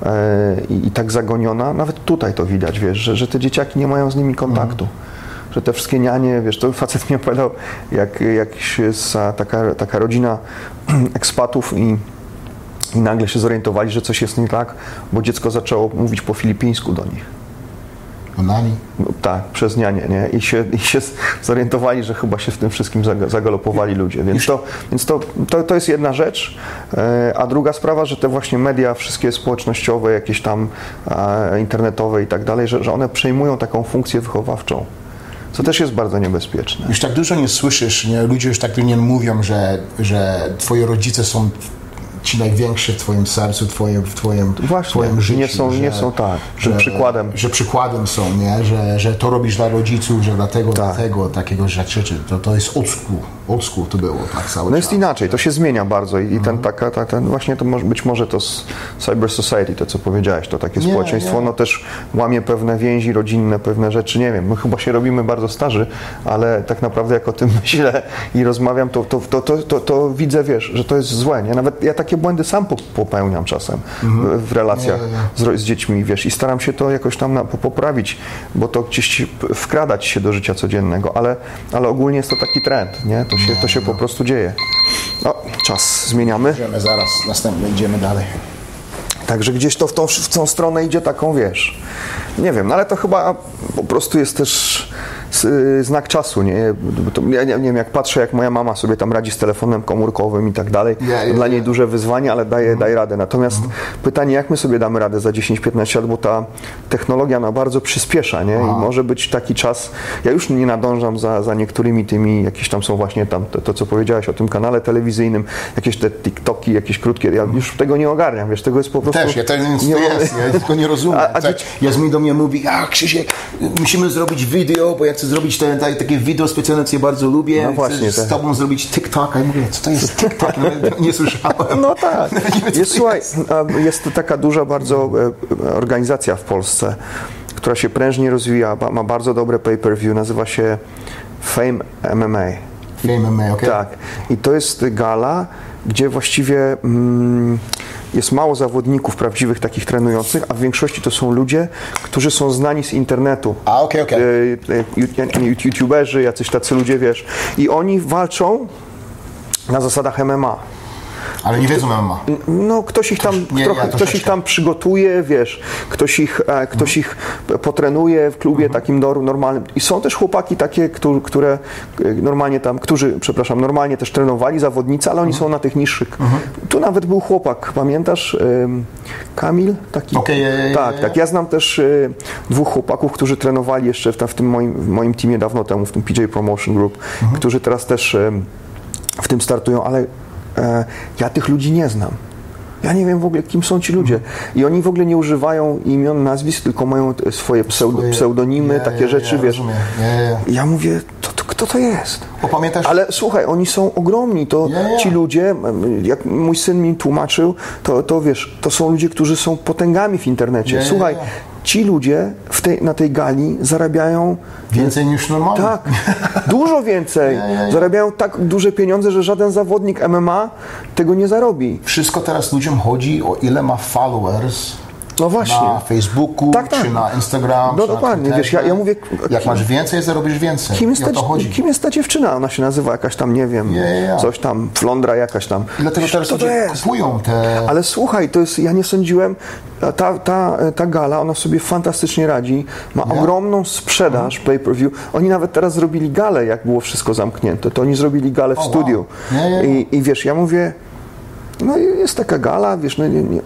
I, i tak zagoniona, nawet tutaj to widać, wiesz, że, że te dzieciaki nie mają z nimi kontaktu. Mhm. Że te wszystkie nianie, wiesz, to facet mi opowiadał, jak, jak jest taka, taka rodzina ekspatów i, i nagle się zorientowali, że coś jest nie tak, bo dziecko zaczęło mówić po filipińsku do nich. O nani? No, tak, przez nianie, nie? I się, i się zorientowali, że chyba się w tym wszystkim zagalopowali ludzie. Więc to, więc to, to, to jest jedna rzecz. A druga sprawa, że te właśnie media, wszystkie społecznościowe, jakieś tam internetowe i tak dalej, że, że one przejmują taką funkcję wychowawczą. Co też jest bardzo niebezpieczne. Już tak dużo nie słyszysz, nie? Ludzie już tak nie mówią, że, że twoi rodzice są ci największy w twoim sercu, twoim, w twoim, Właśnie, twoim życiu. Nie są, że, nie są tak, że, że przykładem. Że przykładem są, nie? Że, że to robisz dla rodziców, że dlatego, tak. dlatego, takiego rzeczy. To, to jest old school. Old school to było tak cały No czas. jest inaczej, to się zmienia bardzo i mhm. ten, taka, ta, ten, właśnie to może, być może to cyber society, to co powiedziałeś, to takie nie, społeczeństwo, nie. no też łamie pewne więzi rodzinne, pewne rzeczy, nie wiem, my chyba się robimy bardzo starzy, ale tak naprawdę jak o tym myślę i rozmawiam, to, to, to, to, to, to widzę, wiesz, że to jest złe, nie? Nawet ja takie błędy sam popełniam czasem mhm. w relacjach nie, nie, nie. Z, z dziećmi, wiesz, i staram się to jakoś tam na, poprawić, bo to gdzieś wkradać się do życia codziennego, ale, ale ogólnie jest to taki trend, nie? To się, to się po prostu dzieje. No, czas zmieniamy. Idziemy zaraz, następnie idziemy dalej. Także gdzieś to w tą, w tą stronę idzie taką, wiesz, nie wiem, no ale to chyba po prostu jest też znak czasu, nie? To, ja nie wiem, jak patrzę, jak moja mama sobie tam radzi z telefonem komórkowym i tak dalej, yeah, yeah, dla niej yeah. duże wyzwanie, ale daje, mm. daje radę. Natomiast mm. pytanie, jak my sobie damy radę za dziesięć piętnaście lat, bo ta technologia na bardzo przyspiesza, nie? I może być taki czas, ja już nie nadążam za, za niektórymi tymi, jakieś tam są właśnie tam, to, to co powiedziałeś o tym kanale telewizyjnym, jakieś te TikToki, jakieś krótkie, ja już tego nie ogarniam, wiesz, tego jest po prostu... Też, ja też nie, to jest, ja tylko nie rozumiem. A, a tak, Jasmin do mnie mówi, a Krzysiek, musimy zrobić video, bo ja chcę chcę zrobić te, te, takie wideo specjalne, co ja bardzo lubię, no właśnie, chcę z tobą zrobić TikTok, a ja mówię, co to jest TikTok? No, nie słyszałem. No tak. No, nie wiem, jest, słuchaj, jest to taka duża bardzo organizacja w Polsce, która się prężnie rozwija, ma bardzo dobre pay-per-view, nazywa się Fame M M A. Fame M M A, okej. Tak. I to jest gala, gdzie właściwie mm, jest mało zawodników prawdziwych, takich trenujących, a w większości to są ludzie, którzy są znani z internetu. A, okej, okej. YouTuberzy, jacyś tacy ludzie, wiesz. I oni walczą na zasadach M M A. Ale nie wiedzą M M A. No, ktoś ich tam, nie, trochę, ja ktoś ich tam przygotuje, wiesz, ktoś ich, e, ktoś ich potrenuje w klubie mhm. takim normalnym. I są też chłopaki takie, które, które normalnie tam, którzy, przepraszam, normalnie też trenowali, zawodnicy, ale oni mhm. są na tych niższych. Mhm. Tu nawet był chłopak, pamiętasz? Ym, Kamil? Taki? Okay, je, je, je, tak, je. tak. Ja znam też y, dwóch chłopaków, którzy trenowali jeszcze w, w tym moim, w moim teamie dawno temu, w tym P J Promotion Group, mhm. którzy teraz też y, w tym startują, ale ja tych ludzi nie znam. Ja nie wiem w ogóle, kim są ci ludzie. I oni w ogóle nie używają imion, nazwisk, tylko mają swoje pseudo, pseudonimy, yeah, takie yeah, rzeczy, yeah, wiesz. Yeah, yeah. Ja mówię, to, to, kto to jest? O, pamiętasz? Ale słuchaj, oni są ogromni. To yeah, yeah. ci ludzie, jak mój syn mi tłumaczył, to, to wiesz, to są ludzie, którzy są potęgami w internecie. Yeah, słuchaj, yeah, yeah. ci ludzie w tej, na tej gali zarabiają więcej niż normalnie. Tak, dużo więcej. Ja, ja, ja. Zarabiają tak duże pieniądze, że żaden zawodnik M M A tego nie zarobi. Wszystko teraz ludziom chodzi o ile ma followers. No właśnie. Na Facebooku, tak, tak. czy na Instagram, no czy dokładnie, na wiesz, ja, ja mówię... Jak masz więcej, zarobisz więcej. Kim jest, ta, to chodzi. kim jest ta dziewczyna? Ona się nazywa jakaś tam, nie wiem, yeah, yeah. coś tam, Flądra jakaś tam. I dlatego teraz ludzie kupują te... Ale słuchaj, to jest, ja nie sądziłem, ta, ta, ta gala, ona sobie fantastycznie radzi, ma yeah. ogromną sprzedaż mm. pay-per-view. Oni nawet teraz zrobili galę, jak było wszystko zamknięte, to oni zrobili galę w oh, studiu. Wow. Yeah, yeah. I, I wiesz, ja mówię, no jest taka gala, wiesz, no nie... nie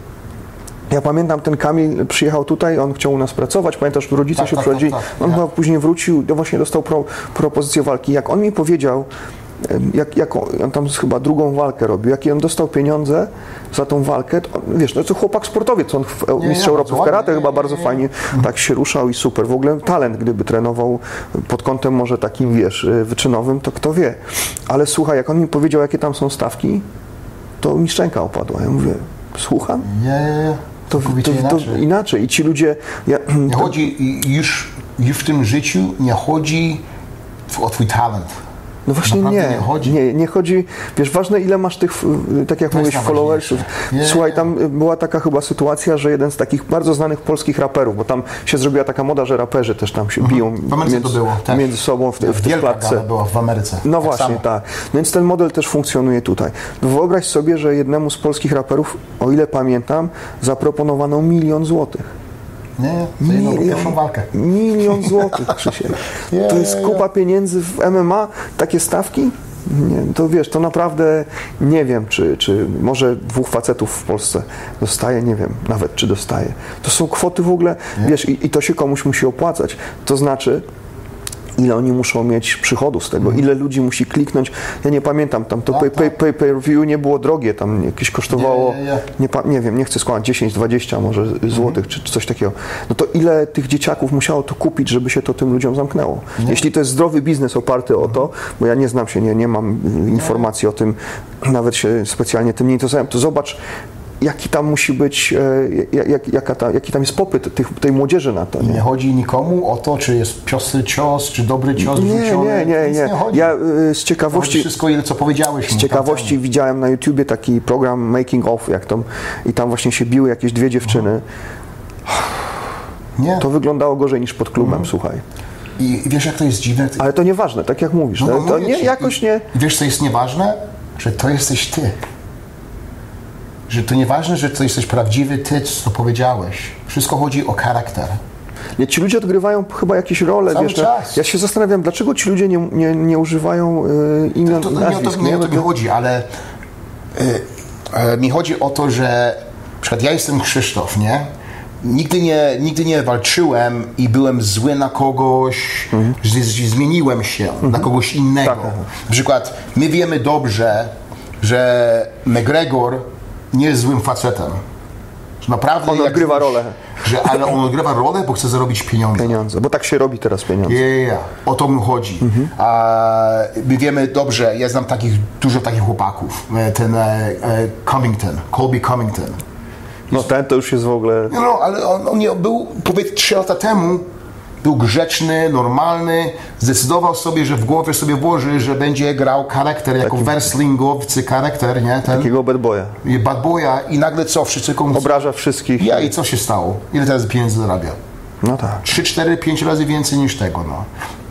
Ja pamiętam, ten Kamil przyjechał tutaj, on chciał u nas pracować, pamiętasz, rodzice tak, się tak, przychodzili, tak, tak, on tak. później wrócił, to właśnie dostał pro, propozycję walki. Jak on mi powiedział, jak, jak on, on tam chyba drugą walkę robił, jakie on dostał pieniądze za tą walkę, to, wiesz, no to chłopak sportowiec, on w, nie, mistrz nie, Europy w karate chyba nie, bardzo nie, fajnie nie. tak się ruszał i super. W ogóle talent, gdyby trenował pod kątem może takim, wiesz, wyczynowym, to kto wie. Ale słuchaj, jak on mi powiedział, jakie tam są stawki, to mi szczęka opadła. Ja mówię, słucham? Nie, nie, nie. To, to, to, to inaczej. I ci ludzie... Ja, nie to... chodzi już, już w tym życiu, nie chodzi o twój talent. No właśnie nie, nie chodzi. nie, nie chodzi, wiesz, ważne ile masz tych, tak jak mówisz, followersów. Nie, Słuchaj, tam była taka chyba sytuacja, że jeden z takich bardzo znanych polskich raperów, bo tam się zrobiła taka moda, że raperzy też tam się biją w Ameryce między, to było, tak. między sobą w, w, w tej klatce. Była w Ameryce. No tak właśnie, samo. tak. Więc ten model też funkcjonuje tutaj. Wyobraź sobie, że jednemu z polskich raperów, o ile pamiętam, zaproponowano milion złotych. Nie, za jedną pierwszą walkę. Milion złotych, Krzysiek. yeah, to jest yeah, kupa yeah. pieniędzy w M M A, takie stawki? Nie, to wiesz, to naprawdę nie wiem, czy, czy może dwóch facetów w Polsce dostaje, nie wiem nawet, czy dostaje. To są kwoty w ogóle, yeah. wiesz, i, i to się komuś musi opłacać. To znaczy, ile oni muszą mieć przychodu z tego, mm. ile ludzi musi kliknąć. Ja nie pamiętam, tam to pay, pay, pay per view nie było drogie, tam jakieś kosztowało, nie, nie, nie. Nie, nie wiem, nie chcę skłamać, dziesięć, dwadzieścia może mm. złotych, czy, czy coś takiego. No to ile tych dzieciaków musiało to kupić, żeby się to tym ludziom zamknęło? Nie. Jeśli to jest zdrowy biznes oparty mm. o to, bo ja nie znam się, nie, nie mam informacji o tym, nawet się specjalnie tym nie interesowałem, to zobacz, jaki tam musi być, jak, jaka ta, jaki tam jest popyt tych, tej młodzieży na to. Nie? nie chodzi nikomu o to, czy jest piosy cios, czy dobry cios nie, wrzuciony. Nie, nie, nie. nie. Ja z ciekawości... Wszystko, ile co powiedziałeś. Z ciekawości tam. Widziałem na YouTubie taki program Making of, jak tam, i tam właśnie się biły jakieś dwie dziewczyny. Nie. To wyglądało gorzej niż pod klubem, mm. słuchaj. I wiesz, jak to jest dziwne? Ale to nieważne, tak jak mówisz. No, to, no, to nie, jakoś nie... I wiesz, co jest nieważne? Że to jesteś ty. Że to nieważne, że to jesteś prawdziwy ty, co powiedziałeś. Wszystko chodzi o charakter. Nie, ci ludzie odgrywają chyba jakieś role. Cały wiesz, czas. Ja się zastanawiam, dlaczego ci ludzie nie, nie, nie używają y, imion, to, to, nazwisk. Nie, nie, nie o to mi chodzi, ale y, y, mi chodzi o to, że na przykład ja jestem Krzysztof, nie? Nigdy nie, nigdy nie walczyłem i byłem zły na kogoś, mhm. że zmieniłem się mhm. na kogoś innego. Tak. Na przykład my wiemy dobrze, że McGregor nie jest złym facetem. Że naprawdę on odgrywa już, rolę. Że, ale on odgrywa rolę, bo chce zarobić pieniądze. Pieniądze, bo tak się robi teraz pieniądze. Yeah, yeah, yeah. O to mi chodzi. Mhm. A, my wiemy dobrze, ja znam takich, dużo takich chłopaków. Ten e, e, Cummington, Colby Cummington. No ten to już jest w ogóle... No, no ale on, on nie, był, powiedz, trzy lata temu był grzeczny, normalny, zdecydował sobie, że w głowie sobie włoży, że będzie grał charakter, jako Taki... wrestlingowcy charakter, nie? Ten, takiego bad boya. Bad boya i nagle co? Wszyscy komuś... Obraża wszystkich. Ja i co się stało? Ile teraz pieniędzy zarabia? No tak. trzy, cztery, pięć razy więcej niż tego, no.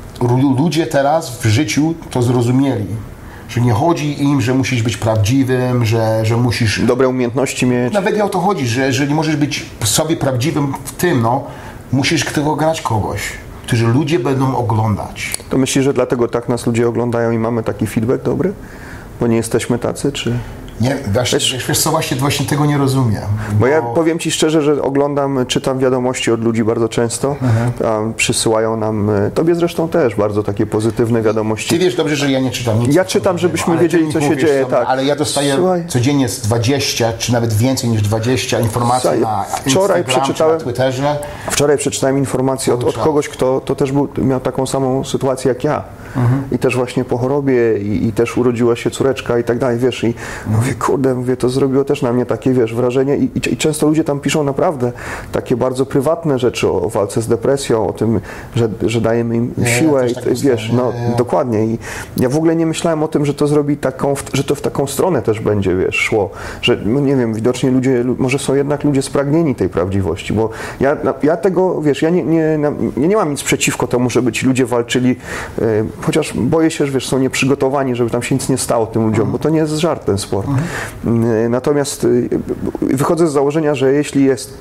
Ludzie teraz w życiu to zrozumieli. Że nie chodzi im, że musisz być prawdziwym, że, że musisz... Dobre umiejętności mieć. Nawet nie o to chodzi, że, że nie możesz być sobie prawdziwym w tym, no. Musisz tylko grać kogoś, którzy ludzie będą oglądać. To myślisz, że dlatego tak nas ludzie oglądają i mamy taki feedback dobry? Bo nie jesteśmy tacy, czy... Nie, wiesz, wiesz, wiesz co, właśnie, właśnie tego nie rozumiem. Bo... bo ja powiem Ci szczerze, że oglądam, czytam wiadomości od ludzi bardzo często, mhm. przysyłają nam, Tobie zresztą też bardzo takie pozytywne wiadomości. Ty wiesz dobrze, że ja nie czytam nic. Ja czytam, żebyśmy wiedzieli, co się mówisz, dzieje. Sobie, tak. Ale ja dostaję Słuchaj. codziennie z dwadzieścia, czy nawet więcej niż dwadzieścia informacji Słuchaj, na wczoraj Instagram, przeczytałem, czy na Twitterze. Wczoraj przeczytałem informację od, od kogoś, kto to też był, miał taką samą sytuację jak ja. Mhm. I też właśnie po chorobie i, i też urodziła się córeczka i tak dalej, wiesz, i mhm. mówię, kurde, mówię, to zrobiło też na mnie takie, wiesz, wrażenie i, i, i często ludzie tam piszą naprawdę takie bardzo prywatne rzeczy o, o walce z depresją, o tym, że, że dajemy im nie, siłę ja i tak wiesz, no nie, nie. dokładnie i ja w ogóle nie myślałem o tym, że to zrobi taką, że to w taką stronę też będzie, wiesz, szło, że, no nie wiem, widocznie ludzie, może są jednak ludzie spragnieni tej prawdziwości, bo ja, ja tego, wiesz, ja nie, nie, nie, nie mam nic przeciwko temu, żeby ci ludzie walczyli, yy, chociaż boję się, że wiesz, są nieprzygotowani, żeby tam się nic nie stało tym ludziom, mhm. bo to nie jest żart ten sport. Mhm. Natomiast wychodzę z założenia, że jeśli jest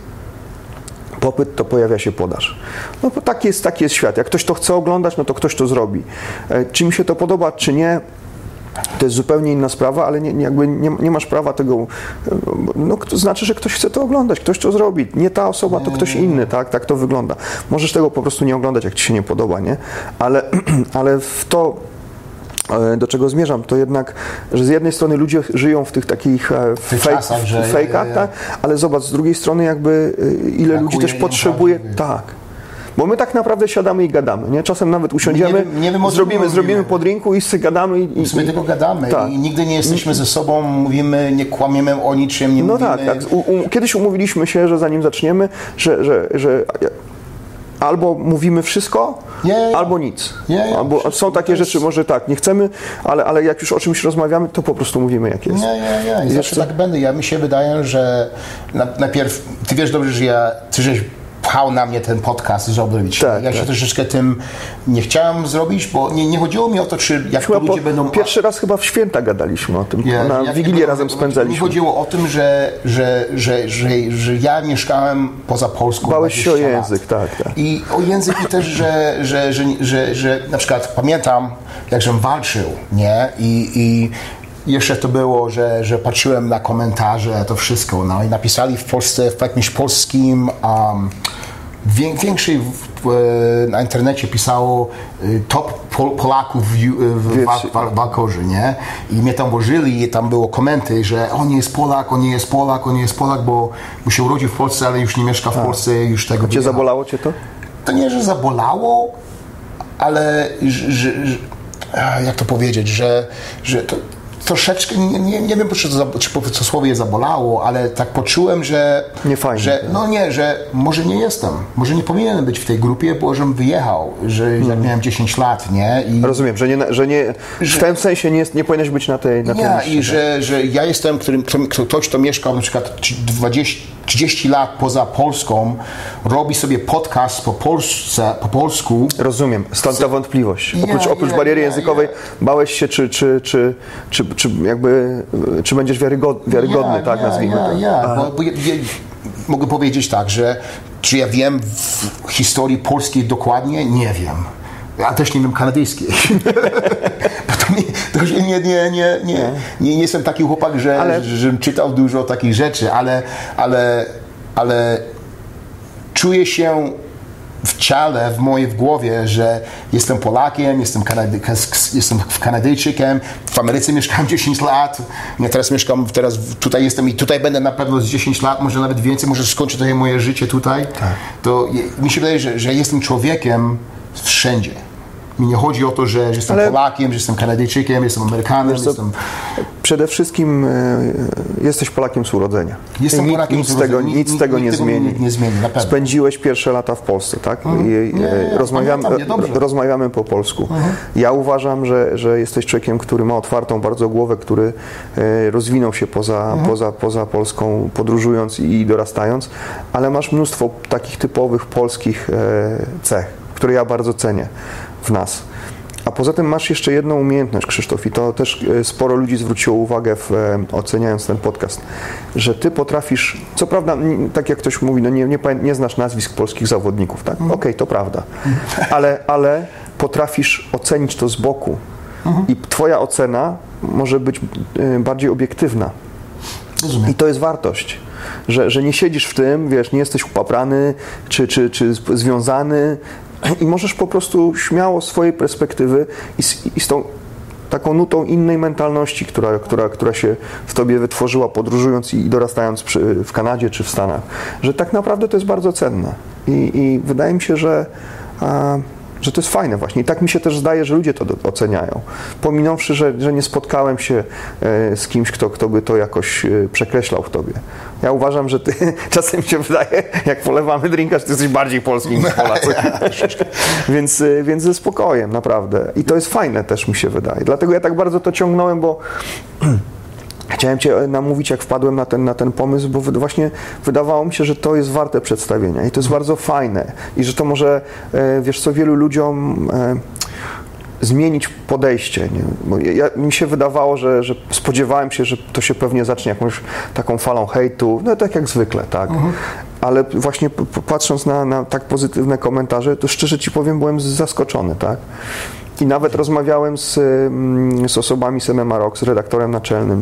popyt, to pojawia się podaż. No bo taki jest, taki jest świat. Jak ktoś to chce oglądać, no to ktoś to zrobi. Czy mi się to podoba, czy nie, to jest zupełnie inna sprawa, ale nie, jakby nie, nie masz prawa tego, no to znaczy, że ktoś chce to oglądać, ktoś to zrobi. Nie ta osoba, to ktoś inny, tak? Tak to wygląda. Możesz tego po prostu nie oglądać, jak ci się nie podoba, nie? Ale, ale w to, do czego zmierzam, to jednak, że z jednej strony ludzie żyją w tych takich fejkach, tak? Ale zobacz, z drugiej strony jakby ile Brakuje ludzi też potrzebuje, tak. Bo my tak naprawdę siadamy i gadamy, nie? Czasem nawet usiądziemy, nie, nie wiem, zrobimy, zrobimy po drinku i sobie gadamy. I, my tylko gadamy tak. i nigdy nie jesteśmy ze sobą, mówimy, nie kłamiemy o niczym, nie no mówimy. Tak, tak. U, u, kiedyś umówiliśmy się, że zanim zaczniemy, że, że, że albo mówimy wszystko, yeah, albo nic. Yeah, yeah, albo są takie jest... rzeczy, może tak, nie chcemy, ale, ale jak już o czymś rozmawiamy, to po prostu mówimy, jak jest. Nie, nie, nie. I zawsze tak będę. Ja mi się wydaje, że na, najpierw, ty wiesz dobrze, że ja, ty żeś pchał na mnie ten podcast zrobić. Tak, ja się tak. troszeczkę tym nie chciałem zrobić, bo nie, nie chodziło mi o to, czy jak to ludzie będą... Pierwszy raz chyba w święta gadaliśmy o tym, ja, na Wigilię razem spędzaliśmy. Mi chodziło o tym, że, że, że, że, że ja mieszkałem poza Polską. Bałeś się o język, tak, tak. I o język i też, że, że, że, że, że na przykład pamiętam, jak żem walczył, nie? I, i jeszcze to było, że, że patrzyłem na komentarze, to wszystko, no i napisali w Polsce, w jakimś polskim, um, większej w, w, na internecie pisało top Pol, Polaków w, w walk, walkorzy, nie? I mnie tam włożyli i tam było komenty, że on nie jest Polak, on nie jest Polak, on nie jest Polak, bo, bo się urodził w Polsce, ale już nie mieszka w Polsce, już tego nie. Cię zabolało cię to? To nie, że zabolało, ale że, że, jak to powiedzieć, że, że to troszeczkę, nie, nie, nie wiem, czy to, czy to słowo je zabolało, ale tak poczułem, że... Nie fajnie. Że, no nie, że może nie jestem, może nie powinienem być w tej grupie, bo żebym wyjechał, że hmm. jak miałem dziesięć lat, nie? I, Rozumiem, że, nie, że, nie, że w tym sensie nie, nie powinieneś być na tej na Nie, tej i że, że ja jestem, którym, ktoś, kto mieszkał na przykład dwadzieścia, trzydzieści lat poza Polską, robi sobie podcast po, Polsce, po polsku. Rozumiem, stąd ta wątpliwość. Yeah, oprócz oprócz yeah, bariery yeah, językowej yeah. bałeś się, czy, czy, czy, czy, czy jakby, czy będziesz wiarygodny, wiarygodny yeah, tak yeah, nazwijmy yeah, to. Yeah. Bo, bo ja, ja, mogę powiedzieć tak, że czy ja wiem w historii polskiej dokładnie? Nie wiem. Ja też nie wiem kanadyjskiej. to mi, to nie, nie, nie, nie, nie, nie jestem taki chłopak, że, ale... że, że czytał dużo takich rzeczy, ale, ale, ale czuję się w ciele, w mojej w głowie, że jestem Polakiem, jestem, Kanady, jestem Kanadyjczykiem, w Ameryce mieszkam dziesięć lat, ja teraz mieszkam, teraz tutaj jestem i tutaj będę na pewno z dziesięć lat, może nawet więcej, może skończę tutaj moje życie tutaj. Tak. To mi się wydaje, że, że jestem człowiekiem wszędzie. Mi nie chodzi o to, że, że jestem Ale... Polakiem, że jestem Kanadyjczykiem, jestem Amerykanem. Jestem... Przede wszystkim y, jesteś Polakiem z urodzenia. Jestem Nic, Polakiem nic z urodzenia. Tego, nic, nic tego nie zmieni. Nie, nie zmieni na pewno. Spędziłeś pierwsze lata w Polsce, tak? Mhm. I, nie, nie, rozmawiamy, rozmawiamy po polsku. Mhm. Ja uważam, że, że jesteś człowiekiem, który ma otwartą bardzo głowę, który y, rozwinął się poza, mhm. poza, poza Polską, podróżując i dorastając, ale masz mnóstwo takich typowych polskich y, cech, które ja bardzo cenię w nas. A poza tym masz jeszcze jedną umiejętność, Krzysztof, i to też sporo ludzi zwróciło uwagę, w, oceniając ten podcast, że ty potrafisz, co prawda, tak jak ktoś mówi, no nie, nie, nie znasz nazwisk polskich zawodników, tak? Mhm. Okej, okay, to prawda, ale, ale potrafisz ocenić to z boku mhm. i twoja ocena może być bardziej obiektywna. Rozumiem. I to jest wartość. Że, że nie siedzisz w tym, wiesz, nie jesteś upaprany czy, czy, czy związany i możesz po prostu śmiało swojej perspektywy i z, i z tą taką nutą innej mentalności, która, która, która się w tobie wytworzyła podróżując i dorastając przy, w Kanadzie czy w Stanach, że tak naprawdę to jest bardzo cenne. I, i wydaje mi się, że a, że to jest fajne właśnie. I tak mi się też zdaje, że ludzie to oceniają. Pominąwszy, że, że nie spotkałem się e, z kimś, kto, kto by to jakoś e, przekreślał w tobie. Ja uważam, że ty, czasem mi się wydaje, jak polewamy drinka, że ty jesteś bardziej polski niż Polacy. więc, więc ze spokojem, naprawdę. I to jest fajne też, mi się wydaje. Dlatego ja tak bardzo to ciągnąłem, bo chciałem cię namówić, jak wpadłem na ten, na ten pomysł, bo właśnie wydawało mi się, że to jest warte przedstawienia i to jest bardzo fajne i że to może, wiesz co, wielu ludziom zmienić podejście. Nie? Bo ja, mi się wydawało, że, że spodziewałem się, że to się pewnie zacznie jakąś taką falą hejtu, no tak jak zwykle, tak. Mhm. Ale właśnie patrząc na, na tak pozytywne komentarze, to szczerze ci powiem, byłem zaskoczony, tak. I nawet rozmawiałem z, z osobami z M M A Rocks, z redaktorem naczelnym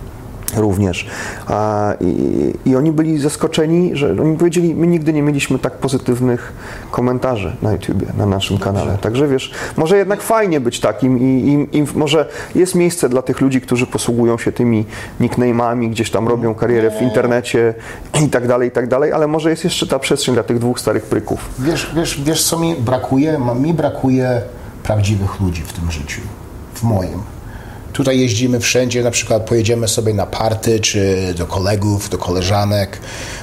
również. A, i, I oni byli zaskoczeni, że oni powiedzieli, my nigdy nie mieliśmy tak pozytywnych komentarzy na YouTubie, na naszym kanale. Także wiesz, może jednak fajnie być takim i, i, i może jest miejsce dla tych ludzi, którzy posługują się tymi nickname'ami, gdzieś tam robią karierę w internecie i tak dalej, i tak dalej, ale może jest jeszcze ta przestrzeń dla tych dwóch starych pryków. Wiesz, wiesz, wiesz co mi brakuje? Mi brakuje prawdziwych ludzi w tym życiu, w moim. Tutaj jeździmy wszędzie, na przykład pojedziemy sobie na party, czy do kolegów, do koleżanek.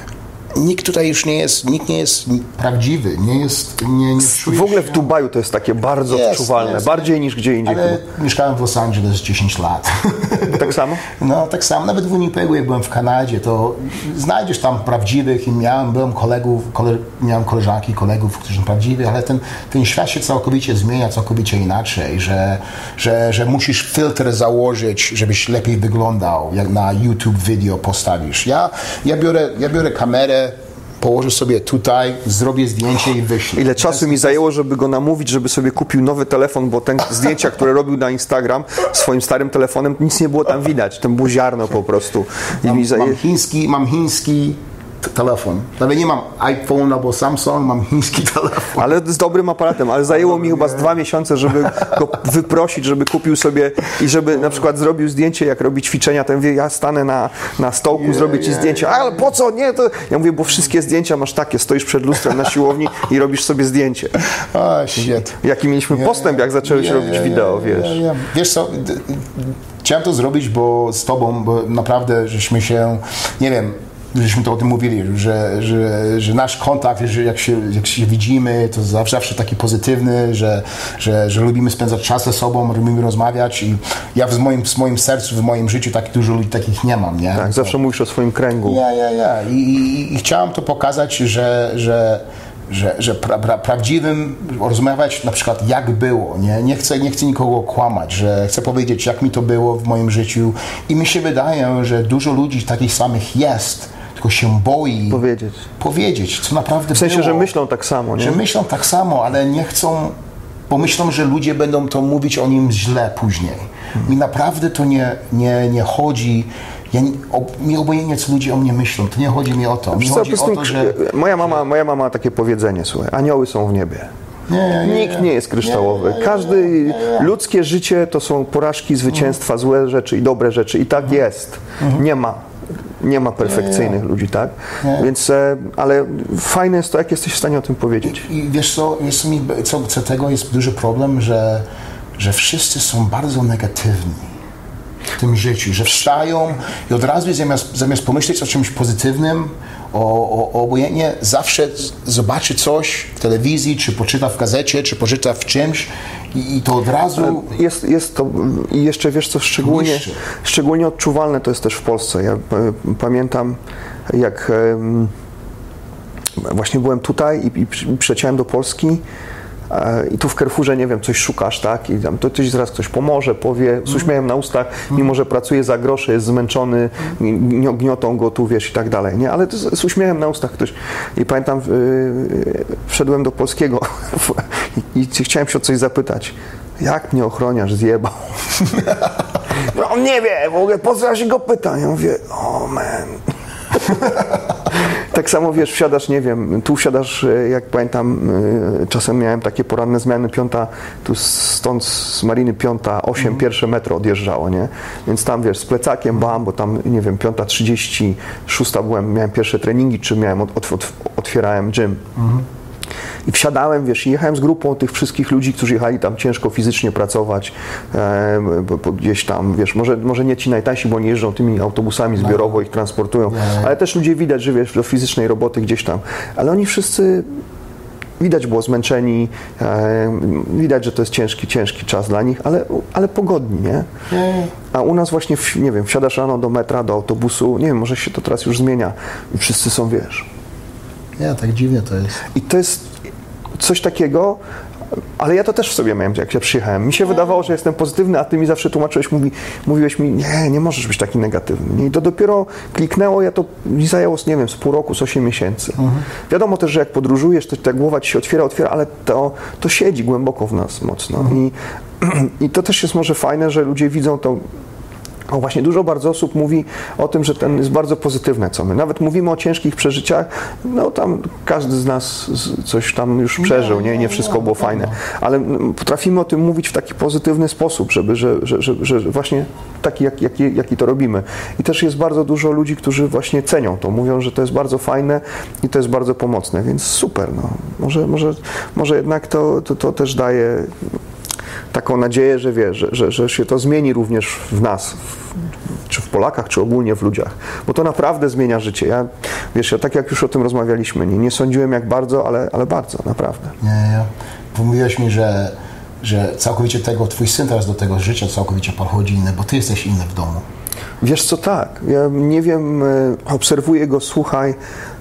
Nikt tutaj już nie jest, nikt nie jest prawdziwy, nie jest, nie, nie czuje W ogóle się... w Dubaju to jest takie bardzo jest, odczuwalne, jest. bardziej niż gdzie indziej. Ale chyba. mieszkałem w Los Angeles dziesięć lat. Tak samo? No, tak samo. Nawet w Winnipegu, jak byłem w Kanadzie, to znajdziesz tam prawdziwych i miałem, byłem kolegów, kole, miałem koleżanki, kolegów, którzy są prawdziwi, ale ten, ten świat się całkowicie zmienia, całkowicie inaczej, że, że, że musisz filtr założyć, żebyś lepiej wyglądał, jak na YouTube video postawisz. Ja, ja, biorę, ja biorę kamerę, położę sobie tutaj, zrobię zdjęcie i wyślę. Ile czasu mi zajęło, żeby go namówić, żeby sobie kupił nowy telefon, bo ten zdjęcia, które robił na Instagram swoim starym telefonem, nic nie było tam widać. Tam było ziarno po prostu. I mam, mi zaję... mam chiński, mam chiński telefon. Nawet nie mam iPhone albo Samsung, mam chiński telefon. Ale z dobrym aparatem, ale zajęło mi chyba z dwa miesiące, żeby go wyprosić, żeby kupił sobie i żeby na przykład zrobił zdjęcie, jak robi ćwiczenia, ten wie, ja stanę na, na stołku, yeah, zrobię ci yeah, zdjęcie, yeah. Ale po co? Nie, to... Ja mówię, bo wszystkie zdjęcia masz takie, stoisz przed lustrem na siłowni i robisz sobie zdjęcie. Oh, shit. Jaki mieliśmy yeah, postęp, jak zacząłeś yeah, robić yeah, wideo, yeah, wiesz. Yeah, yeah. Wiesz co, chciałem to zrobić, bo z tobą, bo naprawdę żeśmy się, nie wiem, żeśmy to o tym mówili, że, że, że nasz kontakt, że jak się, jak się widzimy, to zawsze, zawsze taki pozytywny, że, że, że lubimy spędzać czas ze sobą, lubimy rozmawiać i ja w moim, w moim sercu, w moim życiu tak dużo ludzi takich nie mam, nie? Tak, to, zawsze mówisz o swoim kręgu. Ja, ja, ja. I, i, i chciałem to pokazać, że, że że, że pra, pra, prawdziwym rozmawiać na przykład jak było, nie? Nie chcę, nie chcę nikogo kłamać, że chcę powiedzieć jak mi to było w moim życiu i mi się wydaje, że dużo ludzi takich samych jest, tylko się boi powiedzieć, powiedzieć co naprawdę w sensie, było. Że myślą tak samo, nie? Że myślą tak samo, ale nie chcą, bo myślą, że ludzie będą to mówić o nim źle później. Hmm. Mi naprawdę to nie, nie, nie chodzi. ja nie, o, mi obojętnie, co ludzie o mnie myślą, to nie chodzi mi o to. Mi chodzi o to, że... Moja mama, moja mama ma takie powiedzenie, słuchaj, anioły są w niebie. Nie, nie, nie, Nikt nie jest kryształowy. Każdy, ludzkie życie to są porażki, zwycięstwa, złe rzeczy i dobre rzeczy. I tak jest. Nie ma. Nie ma perfekcyjnych ludzi, tak? Więc, ale fajne jest to, jak jesteś w stanie o tym powiedzieć. I, i wiesz co, jest mi, co, co tego jest duży problem, że, że wszyscy są bardzo negatywni w tym życiu, że wstają i od razu zamiast, zamiast pomyśleć o czymś pozytywnym, o, o, obojętnie zawsze zobaczy coś w telewizji, czy poczyta w gazecie, czy poczyta w czymś i, i to od razu... Jest, jest to i jeszcze wiesz co, szczególnie, szczególnie odczuwalne to jest też w Polsce. Ja pamiętam jak um, właśnie byłem tutaj i, i przyleciałem do Polski i tu w Carrefourze, nie wiem, coś szukasz, tak? I tam to coś zaraz ktoś pomoże, powie, z uśmiechem na ustach, mimo że pracuje za grosze, jest zmęczony, gniotą go tu, wiesz, i tak dalej, nie? Ale to z, z uśmiechem na ustach ktoś. I pamiętam, yy, wszedłem do polskiego i, i chciałem się o coś zapytać. Jak mnie ochroniarz zjebał? No on nie wie, w ogóle po co ja się go pytam? Ja mówię, o man. Tak samo wiesz, wsiadasz, nie wiem, tu wsiadasz, jak pamiętam, czasem miałem takie poranne zmiany, piąta, tu stąd z Mariny piąta, osiem, mm. pierwsze metro odjeżdżało, nie? Więc tam wiesz, z plecakiem bam, bo tam, nie wiem, piąta trzydzieści, szósta byłem, miałem pierwsze treningi, czy miałem, od, od, otwierałem gym. Mm. I wsiadałem, wiesz, i jechałem z grupą tych wszystkich ludzi, którzy jechali tam ciężko fizycznie pracować, e, bo, bo gdzieś tam, wiesz, może, może nie ci najtańsi, bo nie jeżdżą tymi autobusami zbiorowo, ich transportują, ale też ludzie widać, że wiesz, do fizycznej roboty gdzieś tam, ale oni wszyscy widać było zmęczeni, e, widać, że to jest ciężki, ciężki czas dla nich, ale, ale pogodni, nie? A u nas właśnie, w, nie wiem, wsiadasz rano do metra, do autobusu, nie wiem, może się to teraz już zmienia i wszyscy są, wiesz. Nie, tak dziwnie to jest. I to jest coś takiego, ale ja to też w sobie miałem, jak ja przyjechałem. Mi się wydawało, że jestem pozytywny, a ty mi zawsze tłumaczyłeś, mówi, mówiłeś mi, nie, nie możesz być taki negatywny. I to dopiero kliknęło, ja to mi zajęło, nie wiem, z pół roku, z osiem miesięcy. Mhm. Wiadomo też, że jak podróżujesz, to ta głowa ci się otwiera, otwiera, ale to, to siedzi głęboko w nas mocno. Mhm. I, I to też jest może fajne, że ludzie widzą to. O, właśnie dużo bardzo osób mówi o tym, że ten jest bardzo pozytywne, co my. Nawet mówimy o ciężkich przeżyciach, no tam każdy z nas coś tam już przeżył, nie, nie wszystko było fajne, ale potrafimy o tym mówić w taki pozytywny sposób, żeby, że, że, że, że właśnie taki, jak, jaki, jaki to robimy. I też jest bardzo dużo ludzi, którzy właśnie cenią to, mówią, że to jest bardzo fajne i to jest bardzo pomocne, więc super, no. Może, może, może jednak to, to, to też daje taką nadzieję, że wiesz, że, że, że się to zmieni również w nas, w, czy w Polakach, czy ogólnie w ludziach, bo to naprawdę zmienia życie. Ja, wiesz, ja tak jak już o tym rozmawialiśmy, nie, nie sądziłem jak bardzo, ale, ale bardzo, naprawdę. Nie, nie. Mówiłeś mi, że, że całkowicie tego, twój syn teraz do tego życia całkowicie podchodzi inny, bo ty jesteś inny w domu. Wiesz co, tak, ja nie wiem, obserwuję go, słuchaj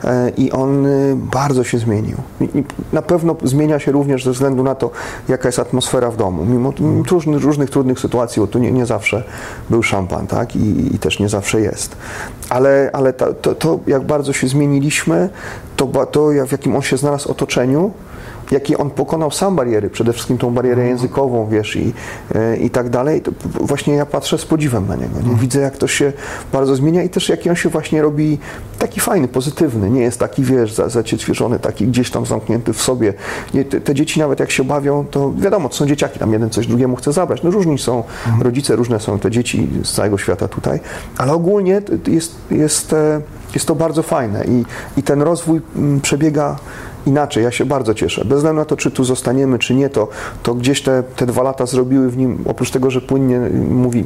i on bardzo się zmienił. I na pewno zmienia się również ze względu na to, jaka jest atmosfera w domu. Mimo różnych, różnych trudnych sytuacji, bo tu nie, nie zawsze był szampan, tak, i, i też nie zawsze jest. Ale, ale to, to, to, jak bardzo się zmieniliśmy, to, to w jakim on się znalazł w otoczeniu, jaki on pokonał sam bariery, przede wszystkim tą barierę językową, wiesz, i, i tak dalej, to właśnie ja patrzę z podziwem na niego, nie? Widzę, jak to się bardzo zmienia i też jaki on się właśnie robi taki fajny, pozytywny, nie jest taki, wiesz, zacietrzewiony, taki gdzieś tam zamknięty w sobie. Nie, te, te dzieci nawet jak się bawią, to wiadomo, to są dzieciaki, tam jeden coś drugiemu chce zabrać, no różni są rodzice, różne są te dzieci z całego świata tutaj, ale ogólnie jest, jest, jest to bardzo fajne i, i ten rozwój przebiega inaczej, ja się bardzo cieszę. Bez względu na to, czy tu zostaniemy, czy nie, to, to gdzieś te, te dwa lata zrobiły w nim, oprócz tego, że płynnie mówi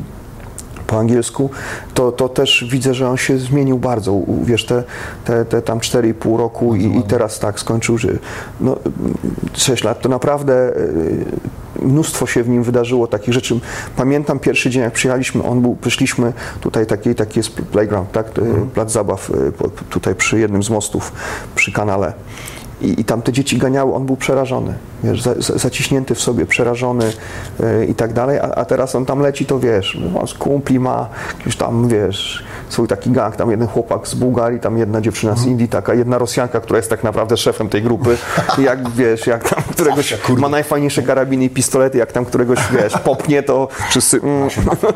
po angielsku, to, to też widzę, że on się zmienił bardzo. Wiesz, te, te, te tam cztery i pół roku i, i teraz tak skończył, że no, sześć lat, to naprawdę mnóstwo się w nim wydarzyło takich rzeczy. Pamiętam pierwszy dzień, jak przyjechaliśmy, on był, przyszliśmy tutaj, taki, taki jest playground, tak, plac zabaw tutaj przy jednym z mostów, przy kanale. I, I tam te dzieci ganiały, on był przerażony, wiesz, za, za, zaciśnięty w sobie, przerażony yy, i tak dalej, a, a teraz on tam leci, to wiesz, on z kumpli ma jakiś tam, wiesz, swój taki gang, tam jeden chłopak z Bułgarii, tam jedna dziewczyna z Indii, taka jedna Rosjanka, która jest tak naprawdę szefem tej grupy i jak, wiesz, jak tam któregoś Zawsze, ma najfajniejsze karabiny i pistolety, jak tam któregoś, wiesz, popnie, to wszyscy... Mm.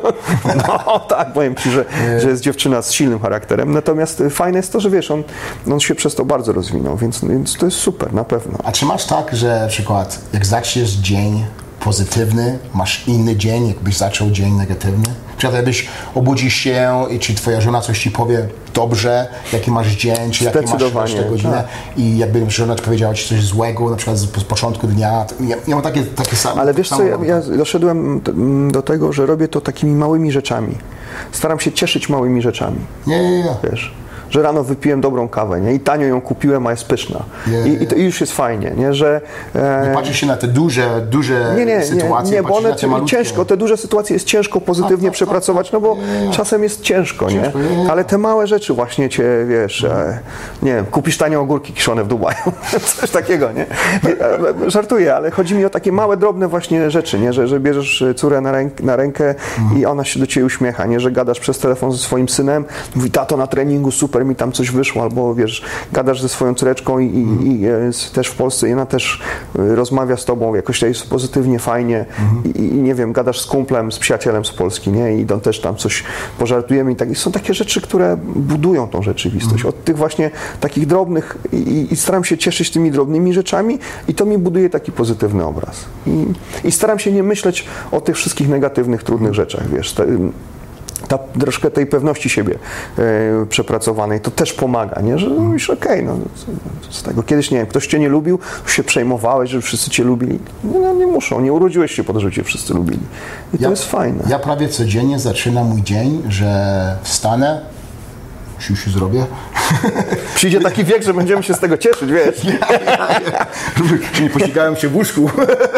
No tak, powiem ci, że, że jest dziewczyna z silnym charakterem. Natomiast fajne jest to, że wiesz, on, on się przez to bardzo rozwinął, więc, więc to jest super, na pewno. A czy masz tak, że na przykład jak zaczniesz dzień pozytywny, masz inny dzień, jakbyś zaczął dzień negatywny? Czy jakbyś obudzisz się i czy twoja żona coś ci powie dobrze, jaki masz dzień, czy jaki masz resztę godzinę tak. I jakby żona ci powiedziała ci coś złego, na przykład z, z początku dnia. Ja, ja mam takie, takie same... Ale wiesz co, ja, ja doszedłem do tego, że robię to takimi małymi rzeczami. Staram się cieszyć małymi rzeczami. Nie, nie, nie. Wiesz? Że rano wypiłem dobrą kawę, nie? I tanio ją kupiłem, a jest pyszna. Yeah, I, i to już jest fajnie, nie? Że... E... Nie patrzysz się na te duże, duże nie, nie, sytuacje, nie, nie, bo one te ciężko, te duże sytuacje jest ciężko pozytywnie a, przepracować, no bo yeah. czasem jest ciężko, ciężko nie? Yeah. Ale te małe rzeczy właśnie cię, wiesz, mm. e, nie wiem, kupisz tanie ogórki kiszone w Dubaju, coś takiego, nie? Żartuję, ale chodzi mi o takie małe, drobne właśnie rzeczy, nie? Że, że bierzesz córę na, ręk, na rękę mm. i ona się do ciebie uśmiecha, nie? Że gadasz przez telefon ze swoim synem, mówi, tato, na treningu super mi tam coś wyszło, albo wiesz, gadasz ze swoją córeczką i, i, i jest też w Polsce i ona też rozmawia z tobą, jakoś jest pozytywnie, fajnie mm. i, i nie wiem, gadasz z kumplem, z przyjacielem z Polski, nie? I idą też tam coś, pożartujemy i tak. I są takie rzeczy, które budują tą rzeczywistość. Mm. Od tych właśnie takich drobnych i, i staram się cieszyć tymi drobnymi rzeczami i to mi buduje taki pozytywny obraz. I, i staram się nie myśleć o tych wszystkich negatywnych, trudnych rzeczach, wiesz. Te, ta, troszkę tej pewności siebie e, przepracowanej, to też pomaga, nie? Że no, już okej, okay, no z tego kiedyś, nie wiem, ktoś cię nie lubił, się przejmowałeś, że wszyscy cię lubili. No, no nie muszą, nie urodziłeś się po to, że cię wszyscy lubili. I ja, to jest fajne. Ja prawie codziennie zaczynam mój dzień, że wstanę, siusiu zrobię. Przyjdzie taki wiek, że będziemy się z tego cieszyć, wiesz. Ja, ja, ja. Czy nie posikałem się w łóżku.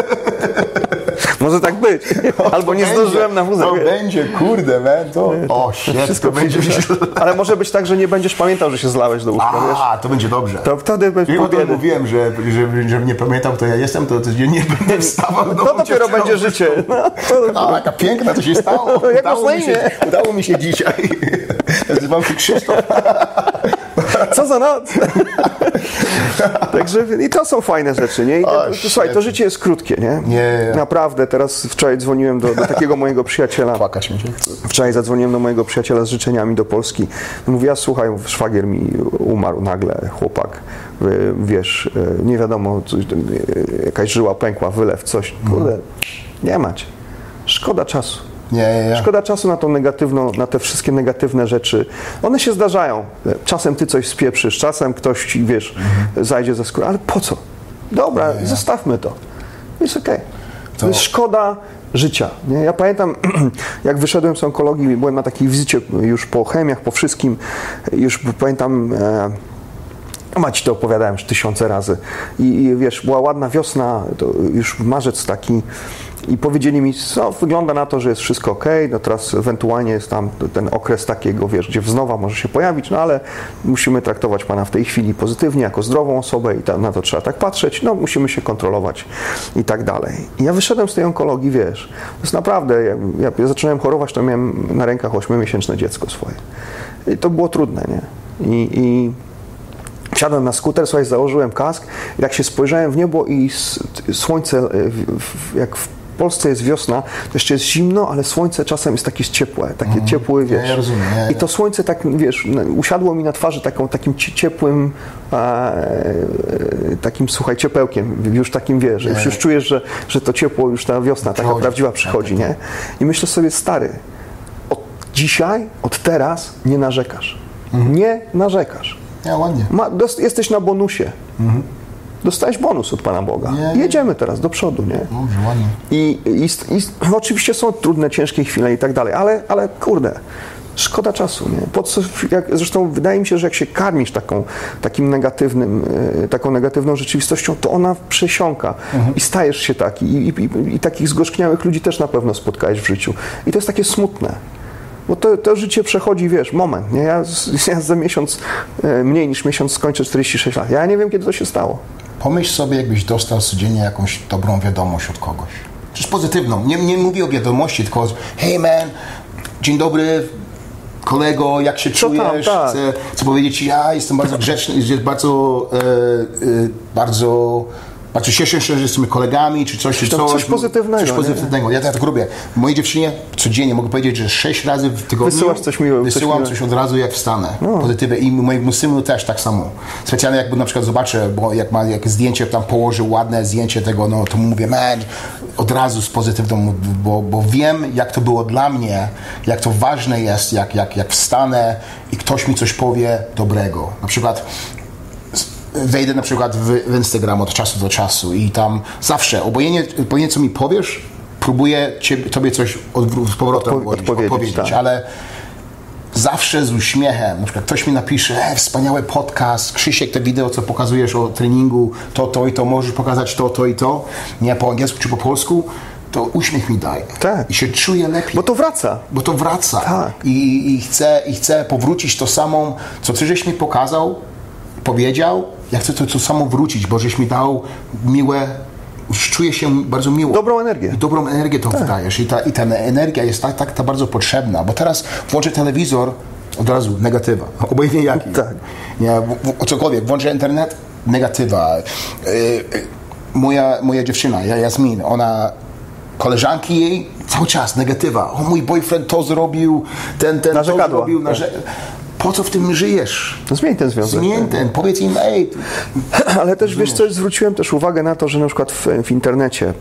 Może tak być. Albo nie będzie, zdążyłem na muzykę. To będzie, kurde, man, to... O, shit, wszystko będzie... Ale może być tak, że nie będziesz pamiętał, że się zlałeś do łóżka, wiesz? A, to będzie dobrze. To wtedy będzie ja potem mówiłem, że, że, że nie pamiętam, kto ja jestem, to, to nie będę wstawał. To dopiero będzie życie. No, to... A, jaka piękna to się stało. Jak udało, mi się, udało mi się dzisiaj. Nazywam się Krzysztof. Co za noc! Także i to są fajne rzeczy, nie? I to, to, słuchaj, to życie jest krótkie, nie? Nie. Naprawdę, teraz wczoraj dzwoniłem do, do takiego mojego przyjaciela. Płakać mi się. Wczoraj zadzwoniłem do mojego przyjaciela z życzeniami do Polski. Mówi, ja słuchaj, szwagier mi umarł nagle, chłopak. Wiesz, nie wiadomo, coś, jakaś żyła pękła, wylew, coś. Kurde, nie macie. Szkoda czasu. Nie, nie, nie. Szkoda czasu na tą negatywną, na te wszystkie negatywne rzeczy. One się zdarzają. Czasem ty coś spieprzysz, czasem ktoś ci, wiesz, mhm. zajdzie ze skórę, ale po co? Dobra, nie, nie. zostawmy to. Jest okej. Okay. To... to jest szkoda życia. Nie? Ja pamiętam, jak wyszedłem z onkologii, byłem na takiej wizycie już po chemiach, po wszystkim, już pamiętam... E, Maci to opowiadałem już tysiące razy. I, I wiesz, była ładna wiosna, to już marzec taki i powiedzieli mi, co wygląda na to, że jest wszystko ok, no teraz ewentualnie jest tam ten okres takiego, wiesz, gdzie wznowa może się pojawić, no ale musimy traktować pana w tej chwili pozytywnie, jako zdrową osobę i ta, na to trzeba tak patrzeć, no musimy się kontrolować i tak dalej. I ja wyszedłem z tej onkologii, wiesz, to jest naprawdę, ja, ja, ja zacząłem chorować, to miałem na rękach ośmiomiesięczne dziecko swoje. I to było trudne, nie? I, i wsiadłem na skuter, słuchaj, założyłem kask, jak się spojrzałem w niebo i słońce, jak w Polsce jest wiosna, to jeszcze jest zimno, ale słońce czasem jest takie ciepłe, takie mm. ciepłe, wiesz. Ja, ja rozumiem, ja, ja. I to słońce tak, wiesz, usiadło mi na twarzy taką, takim ciepłym, e, takim, słuchaj, ciepełkiem, już takim, wiesz, ja, już, już czujesz, że, że to ciepło, już ta wiosna taka przychodzi, prawdziwa przychodzi, nie? I myślę sobie, stary, od dzisiaj, od teraz nie narzekasz. Mm. Nie narzekasz. Ja, ładnie. Ma, dos, jesteś na bonusie. Mhm. Dostałeś bonus od Pana Boga. Nie, jedziemy teraz do przodu, nie? Dobrze, ładnie. I, i, i oczywiście są trudne, ciężkie chwile i tak dalej, ale, ale kurde, szkoda czasu, nie? Po co, jak, zresztą wydaje mi się, że jak się karmisz taką, takim negatywnym, taką negatywną rzeczywistością, to ona przesiąka mhm. i stajesz się taki. I, i, i, I takich zgorzkniałych ludzi też na pewno spotkałeś w życiu. I to jest takie smutne. Bo to, to życie przechodzi, wiesz, moment, nie? Ja, ja za miesiąc, mniej niż miesiąc skończę czterdzieści sześć lat. Ja nie wiem, kiedy to się stało. Pomyśl sobie, jakbyś dostał codziennie jakąś dobrą wiadomość od kogoś. Czyż pozytywną. Nie, nie mówię o wiadomości, tylko hey man, dzień dobry, kolego, jak się Co czujesz? Tam, tak. Chcę, chcę powiedzieć ci, ja jestem bardzo grzeczny, jest bardzo, e, e, bardzo Znaczy cieszę się, że jesteśmy kolegami, czy coś, czy coś, coś pozytywnego. Coś pozytywnego. Ja tak robię. Mojej dziewczynie codziennie mogę powiedzieć, że sześć razy w tygodniu wysyłasz coś miłego, wysyłam coś, coś od razu, jak wstanę. No. Pozytywne. I mojemu synu też tak samo. Specjalnie jakby na przykład zobaczę, bo jak ma jak zdjęcie tam położył, ładne zdjęcie tego, no to mu mówię, man, od razu z pozytywną, bo, bo wiem, jak to było dla mnie, jak to ważne jest, jak, jak, jak wstanę i ktoś mi coś powie dobrego. Na przykład wejdę na przykład w, w Instagram od czasu do czasu i tam zawsze, obojętnie, obojętnie co mi powiesz, próbuję ciebie, tobie coś od, z powrotem Odpo- odpowiedzieć, odpowiedzieć, tak. ale zawsze z uśmiechem. Na przykład ktoś mi napisze, e, wspaniały podcast, Krzysiek, te wideo, co pokazujesz o treningu, to, to i to, możesz pokazać to, to i to, nie po angielsku czy po polsku, to uśmiech mi daje. Tak. I się czuję lepiej. Bo to wraca. Bo to wraca. Tak. I, i, chcę, I chcę powrócić to samą, co ty żeś mi pokazał, powiedział, ja chcę to, to samo wrócić, bo żeś mi dał miłe, czuję się bardzo miło. Dobrą energię. I dobrą energię to tak. wydajesz. I ta, i ta energia jest tak, tak ta bardzo potrzebna, bo teraz włączę telewizor, od razu negatywa, obojętnie jaki. Tak. Nie, w, w, cokolwiek, włączę internet, negatywa. Yy, yy, moja, moja dziewczyna, Jasmin, ona, koleżanki jej, cały czas negatywa. O, mój boyfriend to zrobił, ten, ten to zrobił. Narze... Po co w tym żyjesz? Zmień ten związek. Zmień ten, powiedz im, ej. Ale też, wiesz coś, zwróciłem też uwagę na to, że na przykład w, w internecie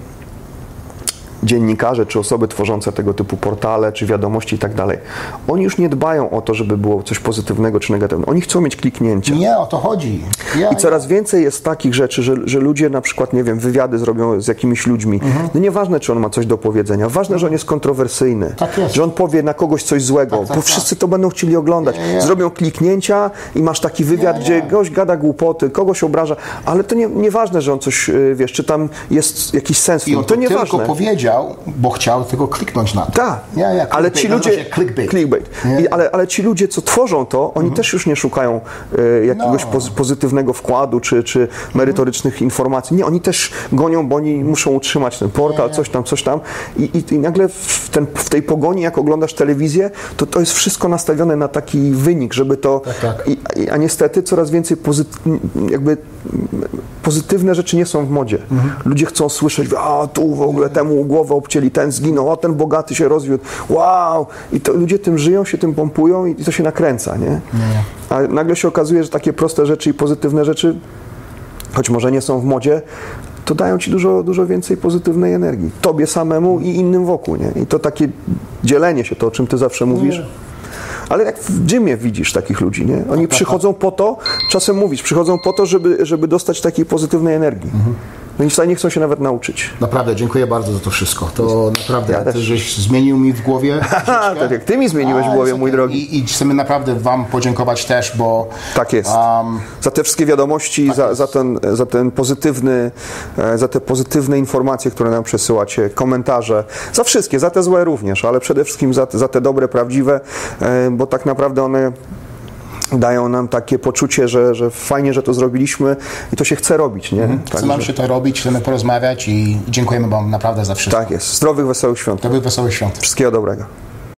dziennikarze, czy osoby tworzące tego typu portale, czy wiadomości i tak dalej, oni już nie dbają o to, żeby było coś pozytywnego czy negatywnego. Oni chcą mieć kliknięcia. Nie, o to chodzi. Ja, I coraz więcej jest takich rzeczy, że, że ludzie na przykład, nie wiem, wywiady zrobią z jakimiś ludźmi. Mhm. No nieważne, czy on ma coś do powiedzenia. Ważne, że on jest kontrowersyjny. Tak jest. Że on powie na kogoś coś złego, tak, tak, bo tak. wszyscy to będą chcieli oglądać. Nie, nie. Zrobią kliknięcia i masz taki wywiad, nie, nie. gdzie gość gada głupoty, kogoś obraża, ale to nie, nieważne, że on coś, wiesz, czy tam jest jakiś sens w tym. I on to to nieważne. tylko powiedział, bo chciał tylko kliknąć na to. Tak, ja, ja, ale ci ludzie... Clickbait. clickbait. I, ale, ale ci ludzie, co tworzą to, oni mhm. też już nie szukają e, jakiegoś no. poz, pozytywnego wkładu, czy, czy merytorycznych mhm. informacji. Nie, oni też gonią, bo oni muszą utrzymać ten portal, nie, nie. coś tam, coś tam. I, i, i nagle w, ten, w tej pogoni, jak oglądasz telewizję, to to jest wszystko nastawione na taki wynik, żeby to... Tak, tak. I, a niestety coraz więcej pozyt, jakby pozytywne rzeczy nie są w modzie. Mhm. Ludzie chcą słyszeć, a tu w ogóle temu głowę obcięli, ten zginął, a ten bogaty się rozwiódł, wow! I to ludzie tym żyją, się tym pompują i to się nakręca, nie? nie. A nagle się okazuje, że takie proste rzeczy i pozytywne rzeczy, choć może nie są w modzie, to dają ci dużo, dużo więcej pozytywnej energii. Tobie samemu i innym wokół, nie? I to takie dzielenie się, to o czym ty zawsze mówisz. Nie. Ale jak w gymie widzisz takich ludzi, nie? Oni tak, przychodzą tak. po to, czasem mówisz, przychodzą po to, żeby, żeby dostać takiej pozytywnej energii. Mhm. No i wcale nie chcą się nawet nauczyć. Naprawdę, dziękuję bardzo za to wszystko. To naprawdę, ja ty żeś zmienił mi w głowie. Tak jak ty mi zmieniłeś A, w głowie, mój drogi. I, I chcemy naprawdę wam podziękować też, bo... Tak jest. Um, za te wszystkie wiadomości, tak za, za, ten, za ten pozytywny, za te pozytywne informacje, które nam przesyłacie, komentarze, za wszystkie, za te złe również, ale przede wszystkim za, za te dobre, prawdziwe, bo tak naprawdę one dają nam takie poczucie, że, że fajnie, że to zrobiliśmy i to się chce robić, nie? Mhm. Chce nam się to robić, chcemy porozmawiać i dziękujemy wam naprawdę za wszystko. Tak jest. Zdrowych, wesołych świąt. Zdrowych, wesołych świąt. Wszystkiego dobrego.